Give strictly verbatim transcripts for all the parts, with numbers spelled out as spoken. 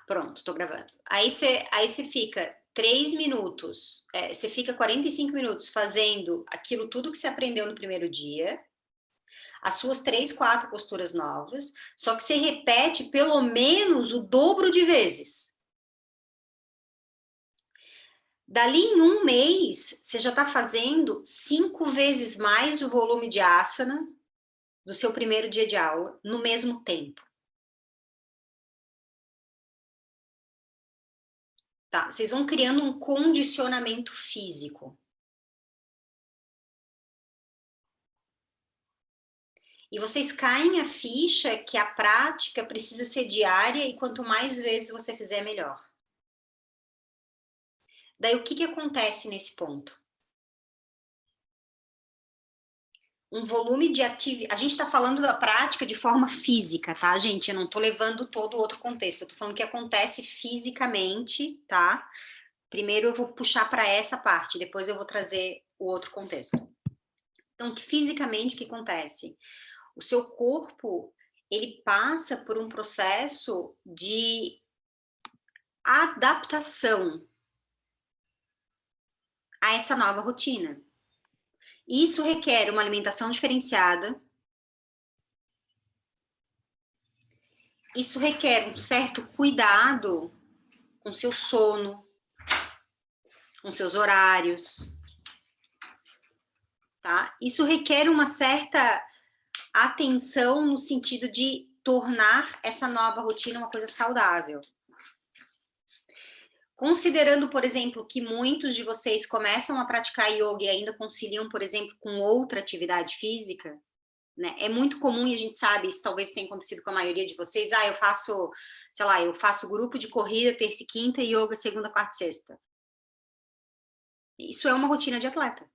Pronto, tô gravando. Aí você aí você fica três minutos, eh, você fica quarenta e cinco minutos fazendo aquilo tudo que você aprendeu no primeiro dia, as suas três, quatro posturas novas, só que você repete pelo menos o dobro de vezes. Dali em um mês, você já está fazendo cinco vezes mais o volume de asana do seu primeiro dia de aula, no mesmo tempo. Tá? Vocês vão criando um condicionamento físico. E vocês caem a ficha que a prática precisa ser diária e quanto mais vezes você fizer, melhor. Daí o que que acontece nesse ponto? Um volume de atividade. A gente está falando da prática de forma física, tá, gente? Eu não estou levando todo o outro contexto. Eu tô falando que acontece fisicamente, tá? Primeiro eu vou puxar para essa parte, depois eu vou trazer o outro contexto. Então, que fisicamente o que acontece? O seu corpo, ele passa por um processo de adaptação a essa nova rotina. Isso requer uma alimentação diferenciada. Isso requer um certo cuidado com seu sono, com seus horários, tá? Isso requer uma certa atenção no sentido de tornar essa nova rotina uma coisa saudável. Considerando, por exemplo, que muitos de vocês começam a praticar yoga e ainda conciliam, por exemplo, com outra atividade física, né? É muito comum, e a gente sabe, isso talvez tenha acontecido com a maioria de vocês, ah, eu faço, sei lá, eu faço grupo de corrida terça e quinta e yoga segunda, quarta e sexta. Isso é uma rotina de atleta.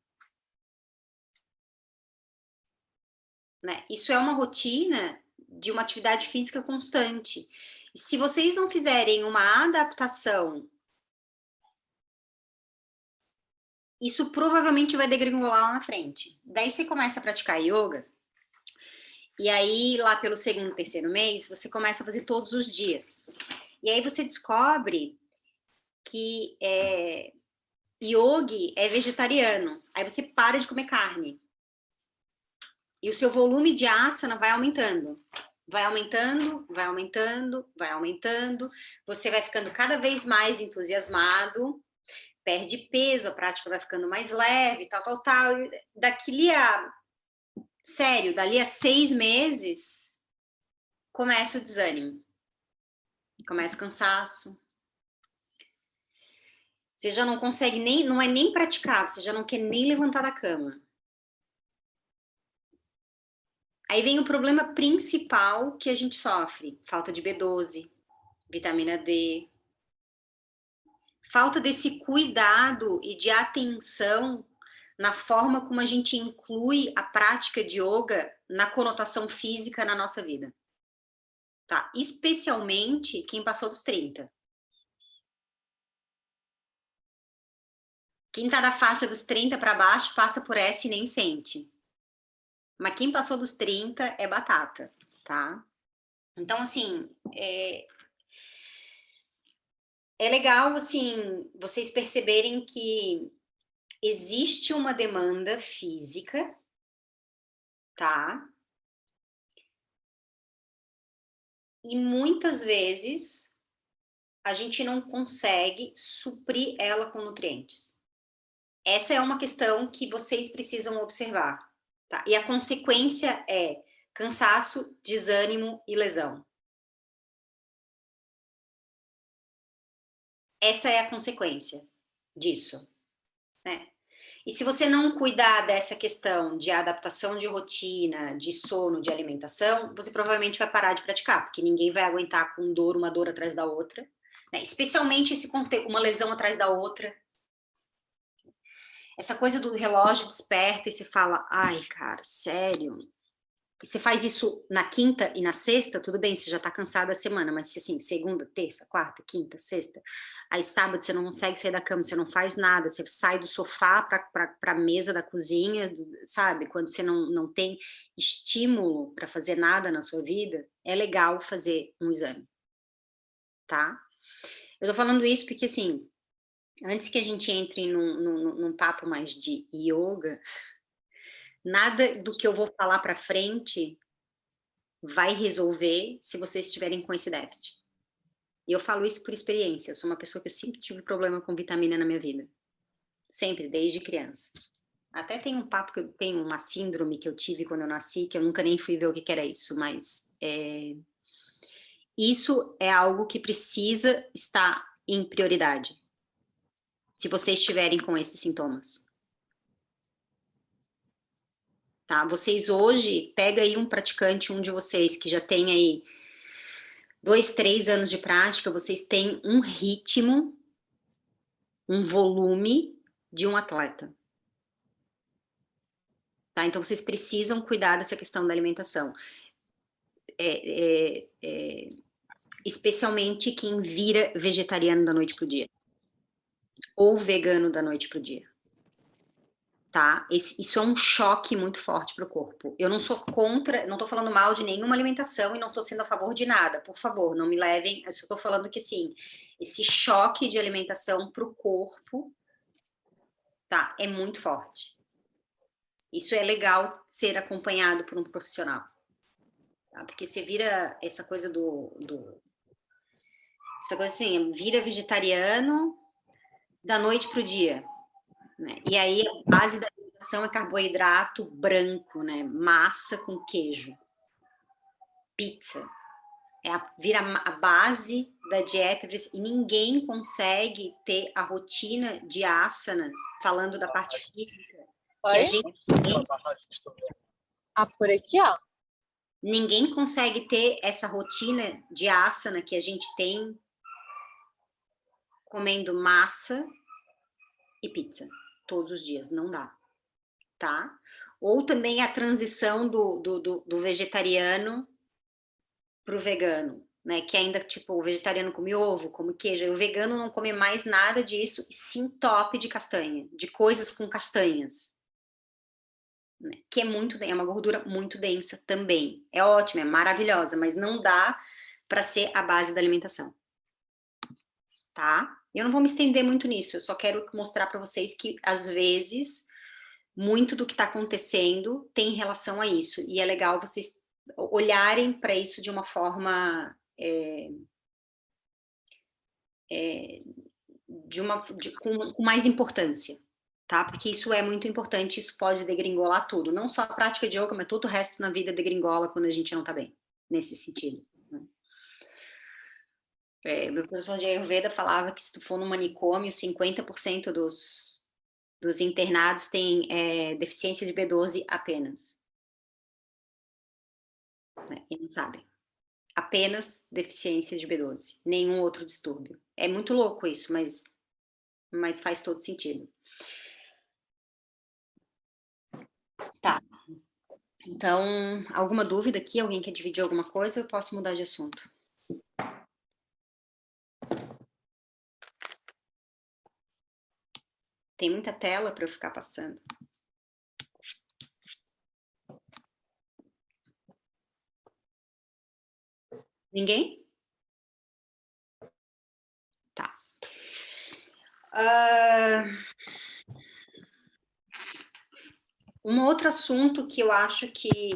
Né? Isso é uma rotina de uma atividade física constante. E se vocês não fizerem uma adaptação, isso provavelmente vai degringolar lá na frente. Daí você começa a praticar yoga, e aí lá pelo segundo, terceiro mês, você começa a fazer todos os dias. E aí você descobre que é, yogi é vegetariano. Aí você para de comer carne. E o seu volume de asana vai aumentando. Vai aumentando, vai aumentando, vai aumentando. Você vai ficando cada vez mais entusiasmado, perde peso, a prática vai ficando mais leve, tal, tal, tal. Daqui a, sério, dali a seis meses, começa o desânimo. Começa o cansaço. Você já não consegue nem, não é nem praticar, você já não quer nem levantar da cama. Aí vem o problema principal que a gente sofre, falta de B doze, vitamina D, falta desse cuidado e de atenção na forma como a gente inclui a prática de yoga na conotação física na nossa vida. Tá? Especialmente quem passou dos trinta. Quem tá da faixa dos trinta para baixo passa por essa e nem sente. Mas quem passou dos trinta é batata, tá? Então, assim, é, é legal, assim, vocês perceberem que existe uma demanda física, tá? E muitas vezes a gente não consegue suprir ela com nutrientes. Essa é uma questão que vocês precisam observar, tá? E a consequência é cansaço, desânimo e lesão. Essa é a consequência disso, né? E se você não cuidar dessa questão de adaptação de rotina, de sono, de alimentação, você provavelmente vai parar de praticar, porque ninguém vai aguentar com dor, uma dor atrás da outra, né? Especialmente esse uma lesão atrás da outra. Essa coisa do relógio desperta e você fala, ai, cara, sério? E você faz isso na quinta e na sexta, tudo bem, você já tá cansado da semana, mas assim, segunda, terça, quarta, quinta, sexta, aí sábado você não consegue sair da cama, você não faz nada, você sai do sofá para a mesa da cozinha, sabe? Quando você não, não tem estímulo para fazer nada na sua vida, é legal fazer um exame, tá? Eu tô falando isso porque, assim, antes que a gente entre num, num, num papo mais de yoga, nada do que eu vou falar para frente vai resolver se vocês estiverem com esse déficit. E eu falo isso por experiência. Eu sou uma pessoa que eu sempre tive problema com vitamina na minha vida. Sempre, desde criança. Até tem um papo que eu tenho uma síndrome que eu tive quando eu nasci, que eu nunca nem fui ver o que, que era isso, mas é, isso é algo que precisa estar em prioridade. Se vocês estiverem com esses sintomas. Tá? Vocês hoje, pega aí um praticante, um de vocês que já tem aí dois, três anos de prática, vocês têm um ritmo, um volume de um atleta. Tá? Então, vocês precisam cuidar dessa questão da alimentação. É, é, é, especialmente quem vira vegetariano da noite pro dia. Ou vegano da noite pro dia. Tá? Esse, isso é um choque muito forte para o corpo. Eu não sou contra, não tô falando mal de nenhuma alimentação e não tô sendo a favor de nada. Por favor, não me levem. Eu só tô falando que, assim, esse choque de alimentação para o corpo, tá? É muito forte. Isso é legal ser acompanhado por um profissional. Tá? Porque você vira essa coisa do, do. Essa coisa assim, vira vegetariano da noite pro dia. Né? E aí a base da alimentação é carboidrato branco, né? Massa com queijo. Pizza. É a, vira a base da dieta e ninguém consegue ter a rotina de asana, falando da parte física, que a Oi? gente tem. Ah, por aqui, ó. Ninguém consegue ter essa rotina de asana que a gente tem comendo massa e pizza todos os dias. Não dá, tá? Ou também a transição do, do, do, do vegetariano pro vegano, né? Que ainda, tipo, o vegetariano come ovo, come queijo, e o vegano não come mais nada disso e se entope de castanha, de coisas com castanhas. Né? Que é muito, é uma gordura muito densa também. É ótima, é maravilhosa, mas não dá para ser a base da alimentação. Tá? Eu não vou me estender muito nisso, eu só quero mostrar para vocês que, às vezes, muito do que está acontecendo tem relação a isso, e é legal vocês olharem para isso de uma forma é, é, de uma, de, com, com mais importância, tá? Porque isso é muito importante, isso pode degringolar tudo, não só a prática de yoga, mas todo o resto na vida degringola quando a gente não tá bem, nesse sentido. Né? É, meu professor de Ayurveda falava que se tu for no manicômio, cinquenta por cento dos, dos internados têm é, deficiência de B doze apenas. Né? E não sabem. Apenas deficiência de B doze, nenhum outro distúrbio. É muito louco isso, mas, mas faz todo sentido. Tá. Então, alguma dúvida aqui? Alguém quer dividir alguma coisa? Eu posso mudar de assunto. Tem muita tela para eu ficar passando. Ninguém? Tá. Uh... Um outro assunto que eu acho que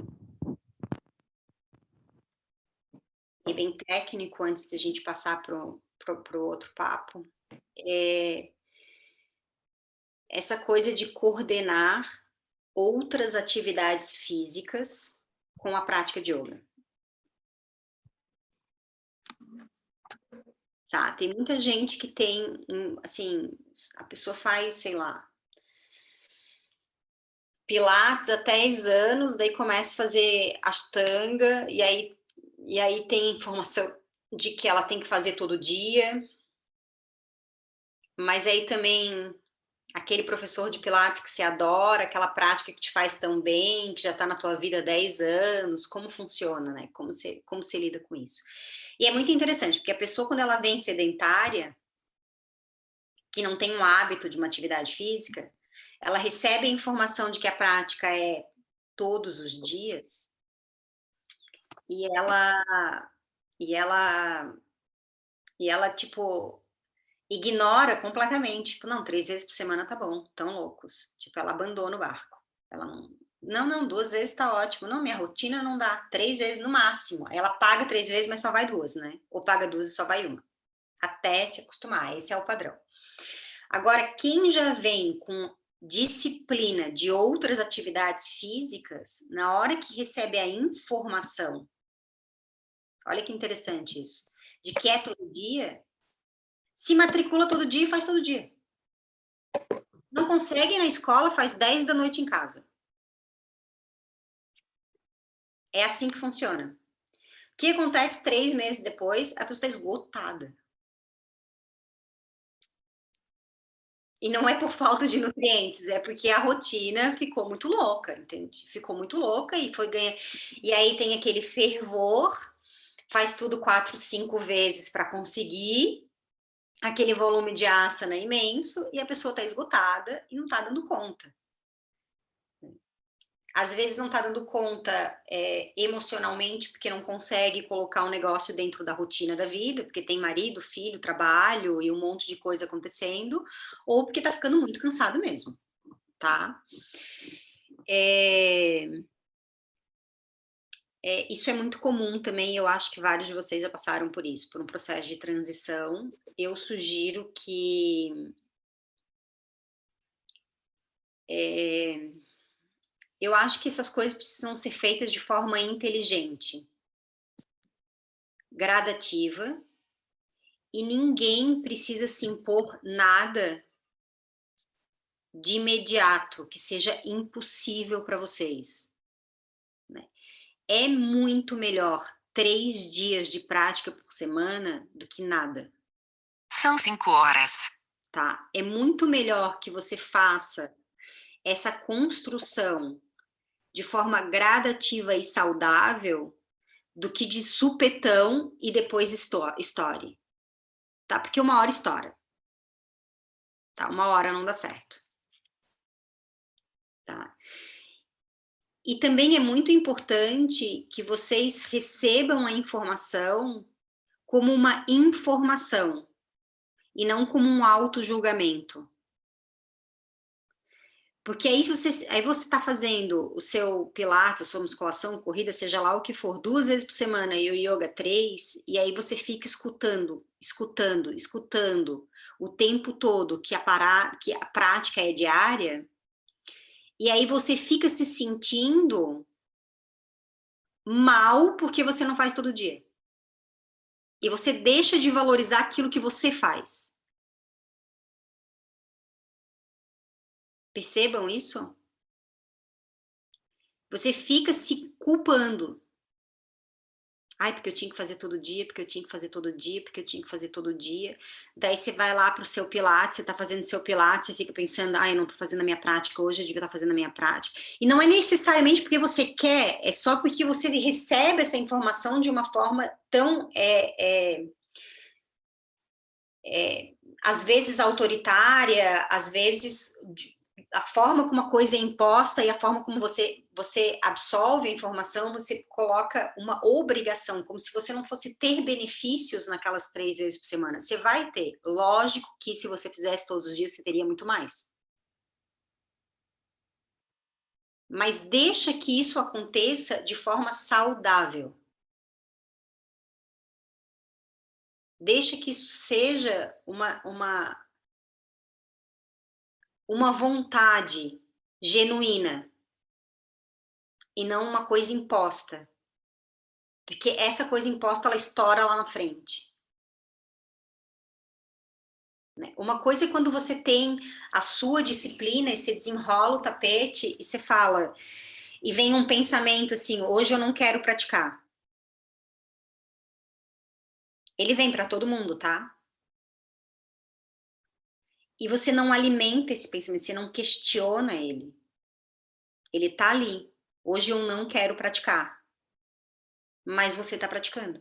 é bem técnico, antes de a gente passar para o outro papo, é essa coisa de coordenar outras atividades físicas com a prática de yoga. Tá, tem muita gente que tem, assim, a pessoa faz, sei lá, pilates há dez anos, daí começa a fazer ashtanga, e aí, e aí tem informação de que ela tem que fazer todo dia, mas aí também aquele professor de pilates que você adora, aquela prática que te faz tão bem, que já está na tua vida há dez anos, como funciona, né? Como você, como você lida com isso? E é muito interessante, porque a pessoa, quando ela vem sedentária, que não tem um hábito de uma atividade física, ela recebe a informação de que a prática é todos os dias, e ela, e ela, e ela, tipo, ignora completamente, tipo, não, três vezes por semana tá bom, tão loucos. Tipo, ela abandona o barco. Ela não, não, não, duas vezes tá ótimo. Não, minha rotina não dá, três vezes no máximo. Ela paga três vezes, mas só vai duas, né? Ou paga duas e só vai uma. Até se acostumar, esse é o padrão. Agora, quem já vem com disciplina de outras atividades físicas, na hora que recebe a informação, olha que interessante isso, de que é todo dia, se matricula todo dia e faz todo dia. Não consegue ir na escola, faz dez da noite em casa. É assim que funciona. O que acontece três meses depois? A pessoa está esgotada. E não é por falta de nutrientes, é porque a rotina ficou muito louca, entende? Ficou muito louca e foi ganha. E aí tem aquele fervor, faz tudo quatro, cinco vezes para conseguir aquele volume de asana imenso e a pessoa está esgotada e não está dando conta. Às vezes não está dando conta é, emocionalmente, porque não consegue colocar um negócio dentro da rotina da vida, porque tem marido, filho, trabalho e um monte de coisa acontecendo, ou porque está ficando muito cansado mesmo, tá? É, é, isso é muito comum também, eu acho que vários de vocês já passaram por isso, por um processo de transição. Eu sugiro que é, eu acho que essas coisas precisam ser feitas de forma inteligente, gradativa, e ninguém precisa se impor nada de imediato, que seja impossível para vocês. Né? É muito melhor três dias de prática por semana do que nada. São cinco horas. Tá? É muito melhor que você faça essa construção de forma gradativa e saudável do que de supetão e depois estoure. Tá? Porque uma hora estoura. Tá? Uma hora não dá certo. Tá? E também é muito importante que vocês recebam a informação como uma informação e não como um auto-julgamento. Porque aí você aí você está fazendo o seu pilates, a sua musculação, corrida, seja lá o que for, duas vezes por semana e o yoga três, e aí você fica escutando, escutando, escutando o tempo todo que a, pará, que a prática é diária, e aí você fica se sentindo mal porque você não faz todo dia. E você deixa de valorizar aquilo que você faz. Percebam isso? Você fica se culpando. Ai, porque eu tinha que fazer todo dia, porque eu tinha que fazer todo dia, porque eu tinha que fazer todo dia. Daí você vai lá pro seu pilates, você tá fazendo seu pilates, você fica pensando, ai, eu não tô fazendo a minha prática hoje, eu devia estar fazendo a minha prática. E não é necessariamente porque você quer, é só porque você recebe essa informação de uma forma tão, é, é, é, às vezes autoritária, às vezes a forma como a coisa é imposta e a forma como você, você absolve a informação, você coloca uma obrigação, como se você não fosse ter benefícios naquelas três vezes por semana. Você vai ter. Lógico que se você fizesse todos os dias, você teria muito mais. Mas deixa que isso aconteça de forma saudável. Deixa que isso seja uma, uma, uma vontade genuína e não uma coisa imposta. Porque essa coisa imposta, ela estoura lá na frente. Uma coisa é quando você tem a sua disciplina e você desenrola o tapete e você fala, e vem um pensamento assim, hoje eu não quero praticar. Ele vem para todo mundo, tá? E você não alimenta esse pensamento, você não questiona ele. Ele tá ali. Hoje eu não quero praticar. Mas você tá praticando.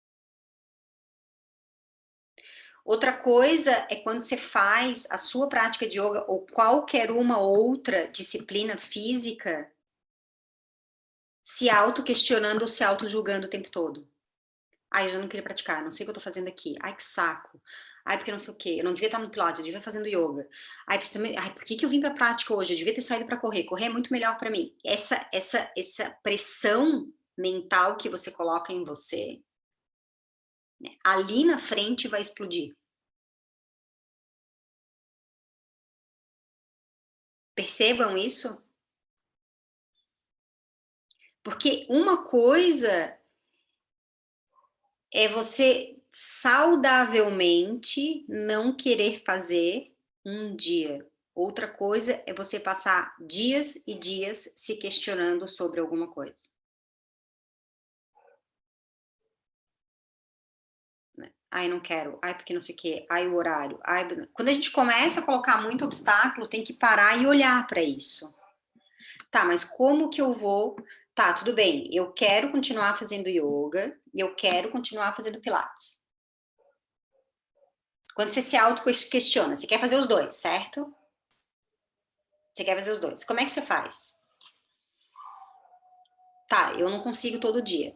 Outra coisa é quando você faz a sua prática de yoga ou qualquer uma outra disciplina física se auto-questionando ou se auto-julgando o tempo todo. Ai, eu já não queria praticar, não sei o que eu tô fazendo aqui. Ai, que saco. Ai, porque não sei o quê. Eu não devia estar no Pilates, eu devia estar fazendo yoga. Ai, também, ai por que, que eu vim para a prática hoje? Eu devia ter saído para correr. Correr é muito melhor para mim. Essa, essa, essa pressão mental que você coloca em você, né, ali na frente vai explodir. Percebam isso? Porque uma coisa é você saudavelmente não querer fazer um dia. Outra coisa é você passar dias e dias se questionando sobre alguma coisa. Ai, não quero. Ai, porque não sei o quê. Ai, o horário. Ai, quando a gente começa a colocar muito obstáculo, tem que parar e olhar para isso. Tá, mas como que eu vou... Tá, tudo bem. Eu quero continuar fazendo yoga e eu quero continuar fazendo pilates. Quando você se auto-questiona, você quer fazer os dois, certo? Você quer fazer os dois. Como é que você faz? Tá, eu não consigo todo dia.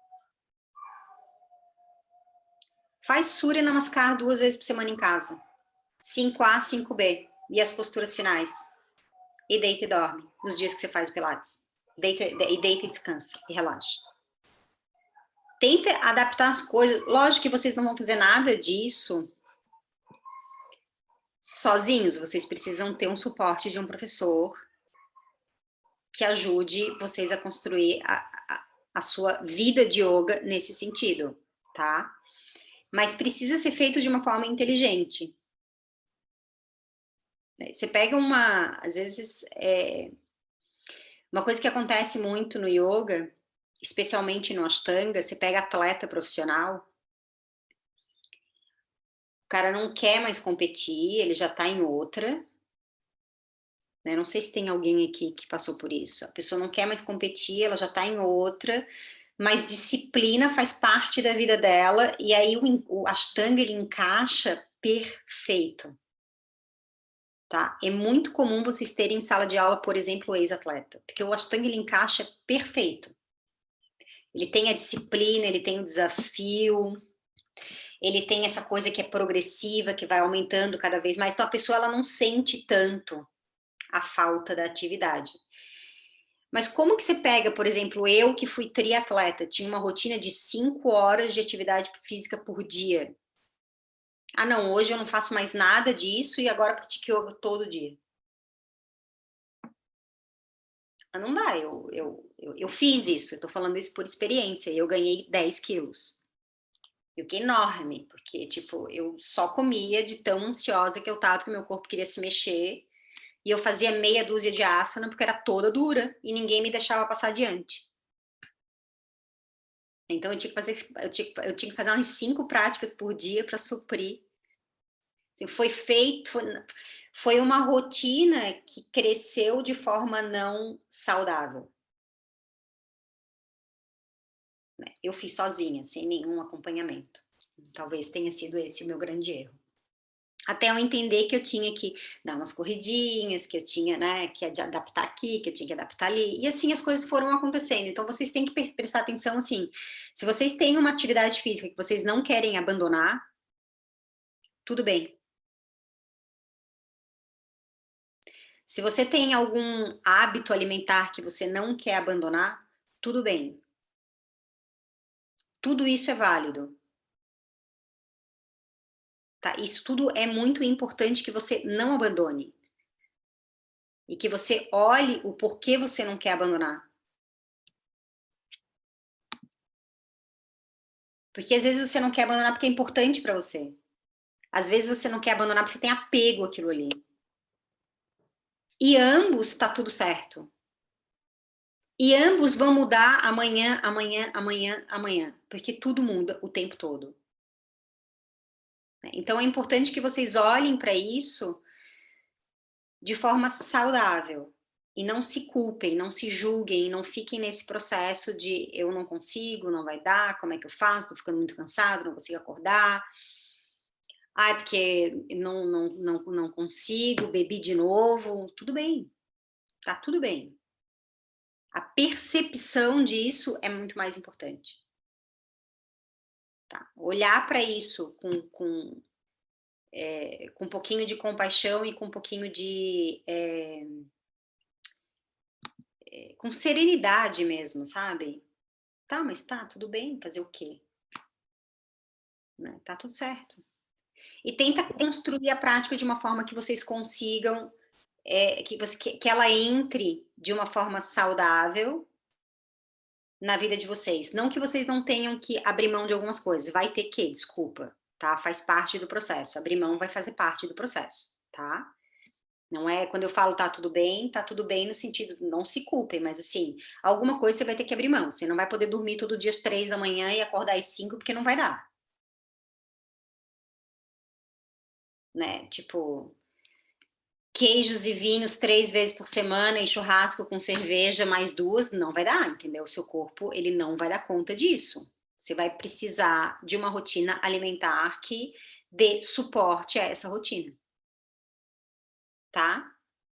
Faz Surya Namaskar duas vezes por semana em casa. cinco A, cinco B. E as posturas finais. E deita e dorme. Nos dias que você faz o Pilates. Deita, e deita e descansa. E relaxa. Tenta adaptar as coisas. Lógico que vocês não vão fazer nada disso sozinhos. Vocês precisam ter um suporte de um professor que ajude vocês a construir a, a, a sua vida de yoga nesse sentido, tá? Mas precisa ser feito de uma forma inteligente. Você pega uma, às vezes, é, uma coisa que acontece muito no yoga, especialmente no Ashtanga, você pega atleta profissional, o cara não quer mais competir, ele já tá em outra, né? Não sei se tem alguém aqui que passou por isso. A pessoa não quer mais competir, ela já tá em outra, mas disciplina faz parte da vida dela, e aí o, o Ashtanga, ele encaixa perfeito. Tá? É muito comum vocês terem em sala de aula, por exemplo, o ex-atleta, porque o Ashtanga, ele encaixa perfeito. Ele tem a disciplina, ele tem o desafio, ele tem essa coisa que é progressiva, que vai aumentando cada vez mais, então a pessoa ela não sente tanto a falta da atividade. Mas como que você pega, por exemplo, eu que fui triatleta, tinha uma rotina de cinco horas de atividade física por dia. Ah, não, hoje eu não faço mais nada disso e agora pratico yoga todo dia. Não dá, eu, eu, eu, eu fiz isso, eu tô falando isso por experiência, eu ganhei dez quilos. Eu fiquei enorme, porque, tipo, eu só comia de tão ansiosa que eu tava, porque meu corpo queria se mexer, e eu fazia meia dúzia de asana, porque era toda dura, e ninguém me deixava passar adiante. Então, eu tinha que fazer, eu tinha, eu tinha que fazer umas cinco práticas por dia para suprir. Assim, foi feito, foi, foi uma rotina que cresceu de forma não saudável. Eu fiz sozinha, sem nenhum acompanhamento. Talvez tenha sido esse o meu grande erro. Até eu entender que eu tinha que dar umas corridinhas, que eu tinha, né, que adaptar aqui, que eu tinha que adaptar ali, e assim as coisas foram acontecendo. Então vocês têm que prestar atenção assim, se vocês têm uma atividade física que vocês não querem abandonar, tudo bem. Se você tem algum hábito alimentar que você não quer abandonar, tudo bem. Tudo isso é válido. Tá? Isso tudo é muito importante que você não abandone. E que você olhe o porquê você não quer abandonar. Porque às vezes você não quer abandonar porque é importante para você. Às vezes você não quer abandonar porque você tem apego àquilo ali. E ambos tá tudo certo. E ambos vão mudar amanhã, amanhã, amanhã, amanhã. Porque tudo muda o tempo todo. Então é importante que vocês olhem para isso de forma saudável. E não se culpem, não se julguem, não fiquem nesse processo de eu não consigo, não vai dar, como é que eu faço, tô ficando muito cansado, não consigo acordar. Ai, porque não, não, não, não consigo, bebi de novo. Tudo bem, tá tudo bem. A percepção disso é muito mais importante. Tá? Olhar para isso com, com é, com um pouquinho de compaixão e com um pouquinho de... É, é, com serenidade mesmo, sabe? Tá, mas tá, tudo bem, fazer o quê? Né? Tá tudo certo. E tenta construir a prática de uma forma que vocês consigam, é, que, você, que, que ela entre de uma forma saudável na vida de vocês. Não que vocês não tenham que abrir mão de algumas coisas, vai ter que, desculpa, tá? Faz parte do processo, abrir mão vai fazer parte do processo, tá? Não é, quando eu falo tá tudo bem, tá tudo bem no sentido, não se culpem, mas assim, alguma coisa você vai ter que abrir mão, você não vai poder dormir todo dia às três da manhã e acordar às cinco, porque não vai dar. Né, tipo, queijos e vinhos três vezes por semana e churrasco com cerveja mais duas, não vai dar, entendeu? O seu corpo, ele não vai dar conta disso. Você vai precisar de uma rotina alimentar que dê suporte a essa rotina. Tá?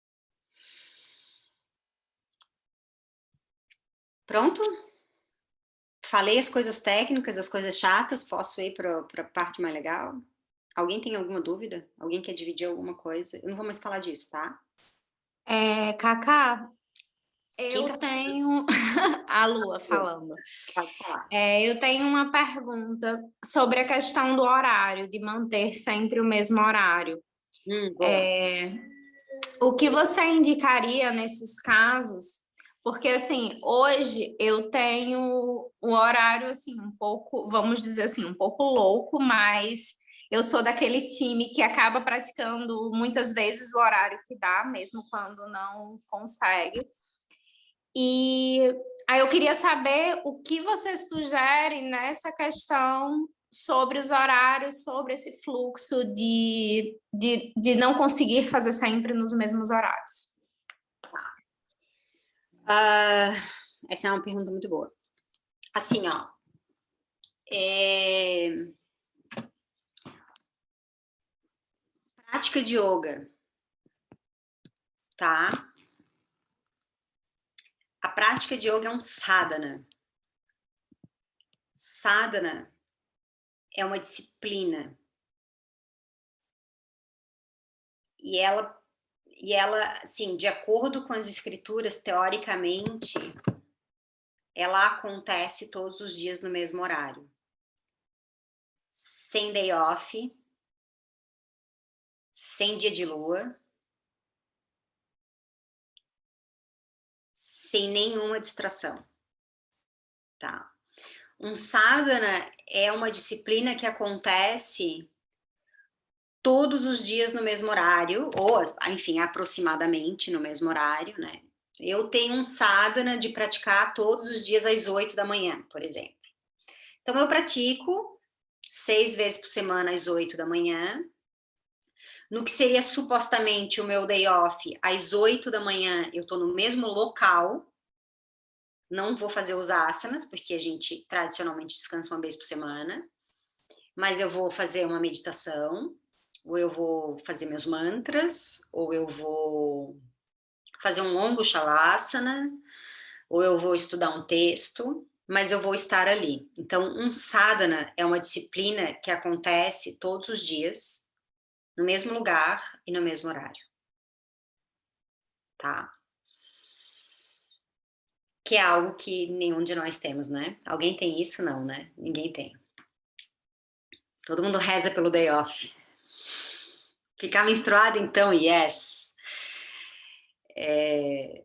Pronto? Falei as coisas técnicas, as coisas chatas, posso ir para a parte mais legal? Alguém tem alguma dúvida? Alguém quer dividir alguma coisa? Eu não vou mais falar disso, tá? É, Cacá, eu tá tenho... A Lua falando. Pode falar. É, eu tenho uma pergunta sobre a questão do horário, de manter sempre o mesmo horário. Hum, boa. É, o que você indicaria nesses casos? Porque, assim, hoje eu tenho o horário, assim, um pouco, vamos dizer assim, um pouco louco, mas eu sou daquele time que acaba praticando muitas vezes o horário que dá, mesmo quando não consegue. E aí eu queria saber o que você sugere nessa questão sobre os horários, sobre esse fluxo de, de, de não conseguir fazer sempre nos mesmos horários. Uh, essa é uma pergunta muito boa. Assim, ó, é... prática de yoga, tá? A prática de yoga é um sadhana. Sadhana é uma disciplina. E ela, e ela, assim, de acordo com as escrituras, teoricamente, ela acontece todos os dias no mesmo horário. Sem day off, sem dia de lua, sem nenhuma distração, tá? Um sadhana é uma disciplina que acontece todos os dias no mesmo horário, ou, enfim, aproximadamente no mesmo horário, né? Eu tenho um sadhana de praticar todos os dias às oito da manhã, por exemplo. Então, eu pratico seis vezes por semana às oito da manhã. No que seria supostamente o meu day off, às oito da manhã, eu tô no mesmo local. Não vou fazer os asanas, porque a gente tradicionalmente descansa uma vez por semana. Mas eu vou fazer uma meditação, ou eu vou fazer meus mantras, ou eu vou fazer um longo shavasana, ou eu vou estudar um texto, mas eu vou estar ali. Então, um sadhana é uma disciplina que acontece todos os dias, no mesmo lugar e no mesmo horário. Tá? Que é algo que nenhum de nós temos, né? Alguém tem isso? Não, né? Ninguém tem. Todo mundo reza pelo day off. Ficar menstruada, então, yes. É...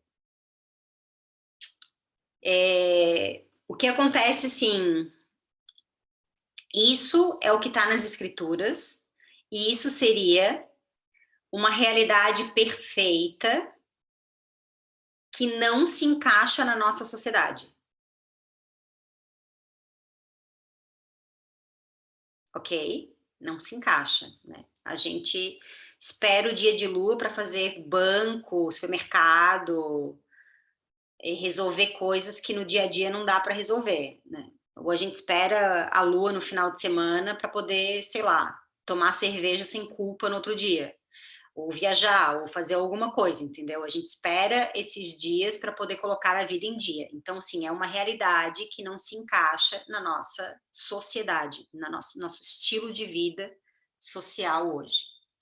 É... O que acontece, assim, isso é o que está nas escrituras, e isso seria uma realidade perfeita que não se encaixa na nossa sociedade. Ok? Não se encaixa, né? A gente espera o dia de lua para fazer banco, supermercado, resolver coisas que no dia a dia não dá para resolver, né? Ou a gente espera a lua no final de semana para poder, sei lá, tomar cerveja sem culpa no outro dia, ou viajar, ou fazer alguma coisa, entendeu? A gente espera esses dias para poder colocar a vida em dia. Então, assim, é uma realidade que não se encaixa na nossa sociedade, no nosso, nosso estilo de vida social hoje.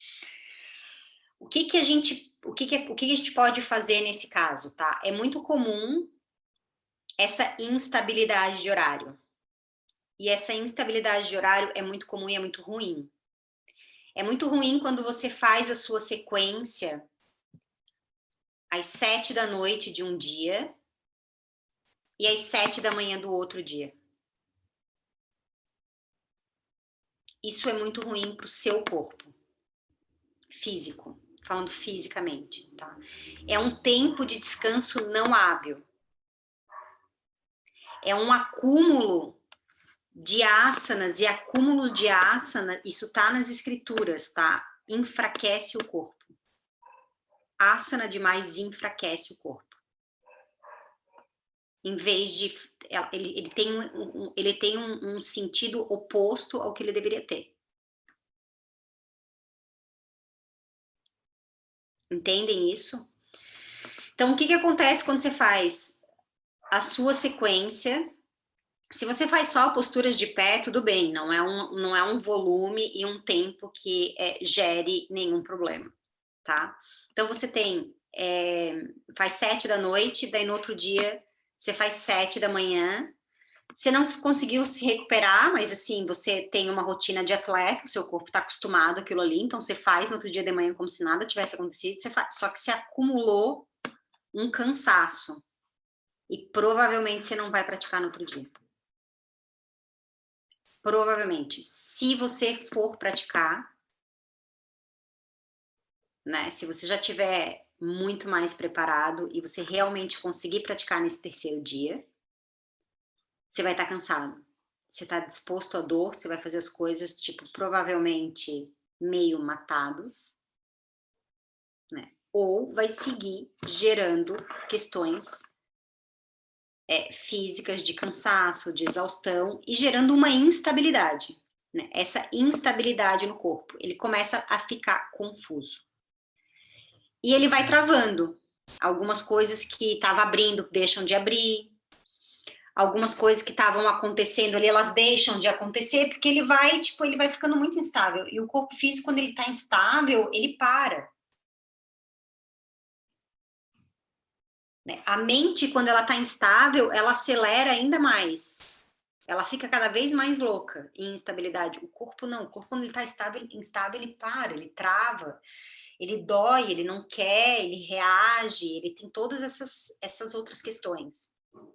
O que que a gente, o que que, o que que a gente pode fazer nesse caso, tá? É muito comum essa instabilidade de horário. E essa instabilidade de horário é muito comum e é muito ruim. É muito ruim quando você faz a sua sequência às sete da noite de um dia e às sete da manhã do outro dia. Isso é muito ruim para o seu corpo físico, falando fisicamente, tá? É um tempo de descanso não hábil. É um acúmulo de asanas e acúmulos de asana, isso tá nas escrituras, tá? Enfraquece o corpo. Asana demais enfraquece o corpo. Em vez de... Ele, ele tem, um, ele tem um, um sentido oposto ao que ele deveria ter. Entendem isso? Então, o que que acontece quando você faz a sua sequência? Se você faz só posturas de pé, tudo bem, não é um, não é um volume e um tempo que é, gere nenhum problema, tá? Então, você tem, é, faz sete da noite, daí no outro dia você faz sete da manhã, você não conseguiu se recuperar, mas assim, você tem uma rotina de atleta, o seu corpo está acostumado àquilo ali, então você faz no outro dia de manhã como se nada tivesse acontecido, você faz, só que você acumulou um cansaço e provavelmente você não vai praticar no outro dia. Provavelmente, se você for praticar, né, se você já tiver muito mais preparado e você realmente conseguir praticar nesse terceiro dia, você vai estar cansado. Você está disposto à dor, você vai fazer as coisas, tipo, provavelmente meio matados, né? Ou vai seguir gerando questões é, físicas de cansaço, de exaustão e gerando uma instabilidade, né? Essa instabilidade no corpo, ele começa a ficar confuso. E ele vai travando. Algumas coisas que estavam abrindo deixam de abrir, algumas coisas que estavam acontecendo ali, elas deixam de acontecer, porque ele vai, tipo, ele vai ficando muito instável. E o corpo físico, quando ele está instável, ele para. Né? A mente, quando ela está instável, ela acelera ainda mais. Ela fica cada vez mais louca em instabilidade. O corpo não. O corpo, quando ele está instável, instável, ele para, ele trava, ele dói, ele não quer, ele reage, ele tem todas essas, essas outras questões.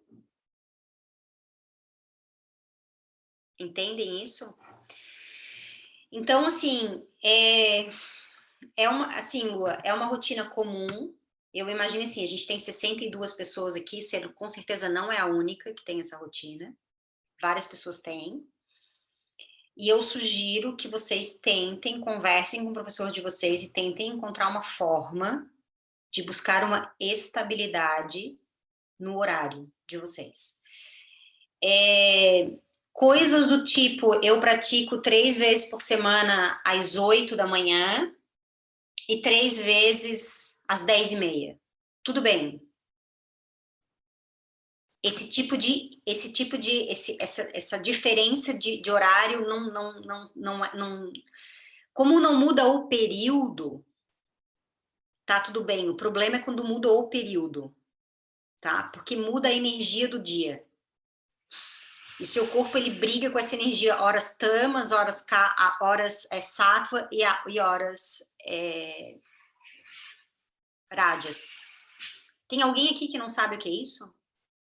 Entendem isso? Então, assim, é, é uma, assim, Lua, é uma rotina comum. Eu imagino assim, a gente tem sessenta e duas pessoas aqui, sendo, com certeza não é a única que tem essa rotina. Várias pessoas têm. E eu sugiro que vocês tentem, conversem com o professor de vocês e tentem encontrar uma forma de buscar uma estabilidade no horário de vocês. É... Coisas do tipo, eu pratico três vezes por semana às oito da manhã e três vezes às dez e meia. Tudo bem. Esse tipo de, esse tipo de, esse, essa, essa diferença de, de horário não, não, não, não, não, como não muda o período, tá tudo bem. O problema é quando muda o período, tá? Porque muda a energia do dia. E seu corpo, ele briga com essa energia, horas tamas, horas, horas é, sattva e, e horas é, rajas. Tem alguém aqui que não sabe o que é isso?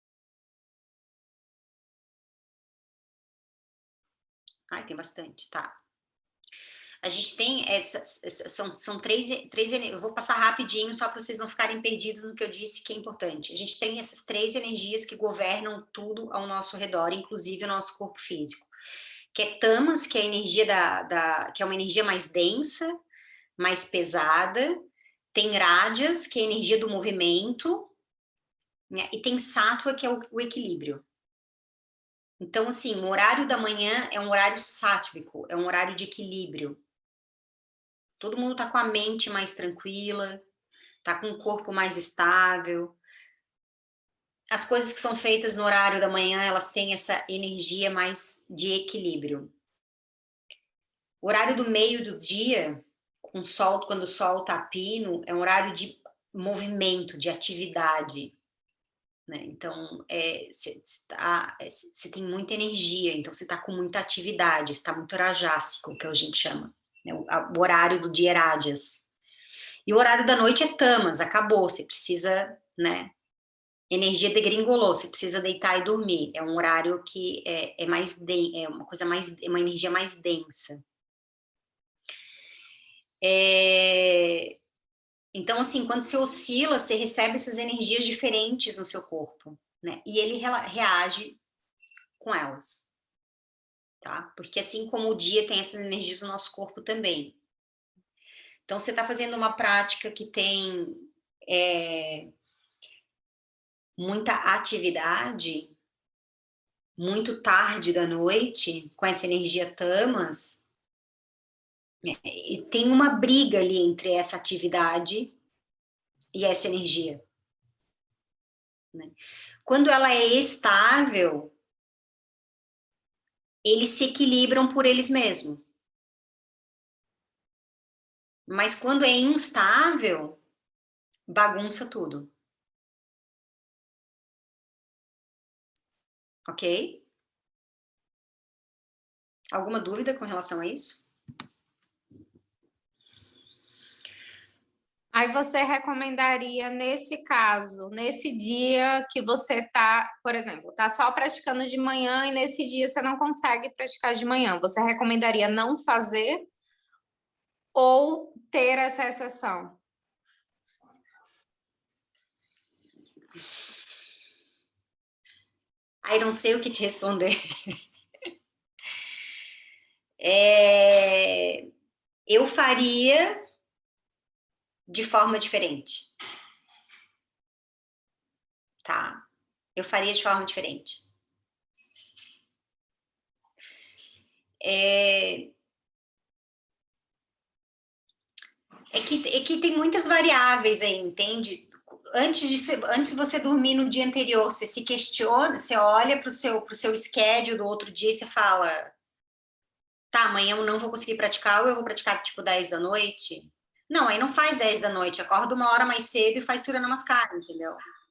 Ai, tem bastante, tá. A gente tem, é, são, são três, três, eu vou passar rapidinho só para vocês não ficarem perdidos no que eu disse que é importante. A gente tem essas três energias que governam tudo ao nosso redor, inclusive o nosso corpo físico. Que é tamas, que é a energia da, da que é uma energia mais densa, mais pesada. Tem rajas, que é a energia do movimento, né? E tem sattva, que é o, o equilíbrio. Então, assim, o horário da manhã é um horário sátvico, é um horário de equilíbrio. Todo mundo tá com a mente mais tranquila, tá com o corpo mais estável. As coisas que são feitas no horário da manhã, elas têm essa energia mais de equilíbrio. O horário do meio do dia, com sol, quando o sol está a pino, é um horário de movimento, de atividade. Né? Então, você é, tá, é, tem muita energia, então você está com muita atividade, está muito rajásico, que a gente chama. Né? O, a, o horário do dia é Rajas. E o horário da noite é Tamas, acabou, você precisa, né? Energia degringolou, você precisa deitar e dormir. É um horário que é, é mais de, é uma coisa mais, é uma energia mais densa. É, então, assim, quando você oscila, você recebe essas energias diferentes no seu corpo, né? E ele reage com elas, tá? Porque assim como o dia tem essas energias no nosso corpo também. Então, você está fazendo uma prática que tem é, muita atividade, muito tarde da noite, com essa energia tamas, e tem uma briga ali entre essa atividade e essa energia. Né? Quando ela é estável, eles se equilibram por eles mesmos. Mas quando é instável, bagunça tudo. Ok? Alguma dúvida com relação a isso? Aí você recomendaria, nesse caso, nesse dia que você está, por exemplo, está só praticando de manhã e nesse dia você não consegue praticar de manhã, você recomendaria não fazer ou ter essa exceção? Aí não sei o que te responder. É... Eu faria de forma diferente. Tá? Eu faria de forma diferente. É, é, que, é que tem muitas variáveis aí, entende? Antes de, ser, antes de você dormir no dia anterior, você se questiona, você olha para o seu, pro seu schedule do outro dia e você fala, tá, amanhã eu não vou conseguir praticar ou eu vou praticar tipo dez da noite? Não, aí não faz dez da noite, acorda uma hora mais cedo e faz Surya Namaskar, entendeu?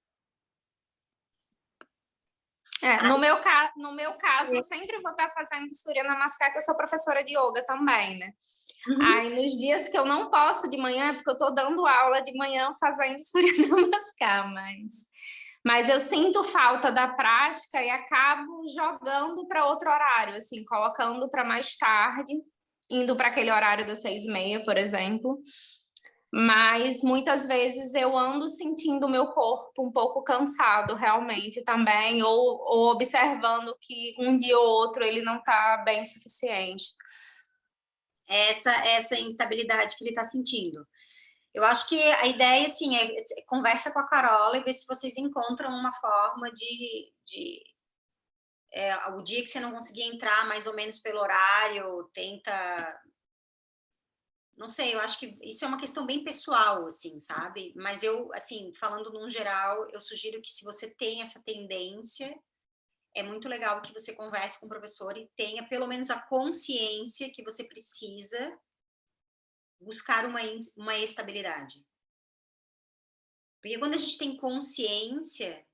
É, no, meu ca... no meu caso, eu sempre vou estar fazendo Surya Namaskar, que eu sou professora de yoga também, né? Uhum. Aí, nos dias que eu não posso de manhã, é porque eu estou dando aula de manhã fazendo Surya Namaskar, mas... mas eu sinto falta da prática e acabo jogando para outro horário, assim, colocando para mais tarde, indo para aquele horário das seis e meia, por exemplo. Mas muitas vezes eu ando sentindo o meu corpo um pouco cansado realmente também, ou, ou observando que um dia ou outro ele não está bem o suficiente. Essa, essa instabilidade que ele está sentindo. Eu acho que a ideia, assim, é, é conversa com a Carola e ver se vocês encontram uma forma de... de é, o dia que você não conseguir entrar mais ou menos pelo horário, tenta... Não sei, eu acho que isso é uma questão bem pessoal, assim, sabe? Mas eu, assim, falando num geral, eu sugiro que se você tem essa tendência, é muito legal que você converse com o professor e tenha pelo menos a consciência que você precisa buscar uma, uma estabilidade. Porque quando a gente tem consciência,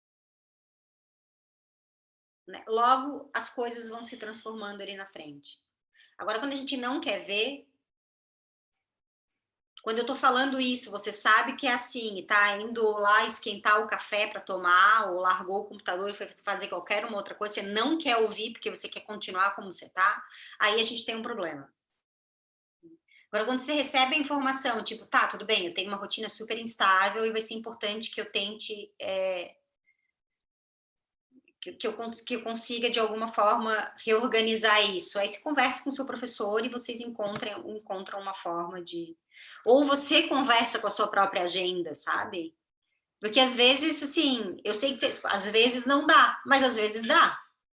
né, logo as coisas vão se transformando ali na frente. Agora, quando a gente não quer ver, quando eu tô falando isso, você sabe que é assim, e tá indo lá esquentar o café para tomar, ou largou o computador e foi fazer qualquer uma outra coisa, você não quer ouvir porque você quer continuar como você tá, aí a gente tem um problema. Agora, quando você recebe a informação, tipo, tá, tudo bem, eu tenho uma rotina super instável e vai ser importante que eu tente... É, que, que, eu, que eu consiga, de alguma forma, reorganizar isso. Aí você conversa com o seu professor e vocês encontram, encontram uma forma de... Ou você conversa com a sua própria agenda, sabe? Porque às vezes, assim, eu sei que às vezes não dá, mas às vezes dá.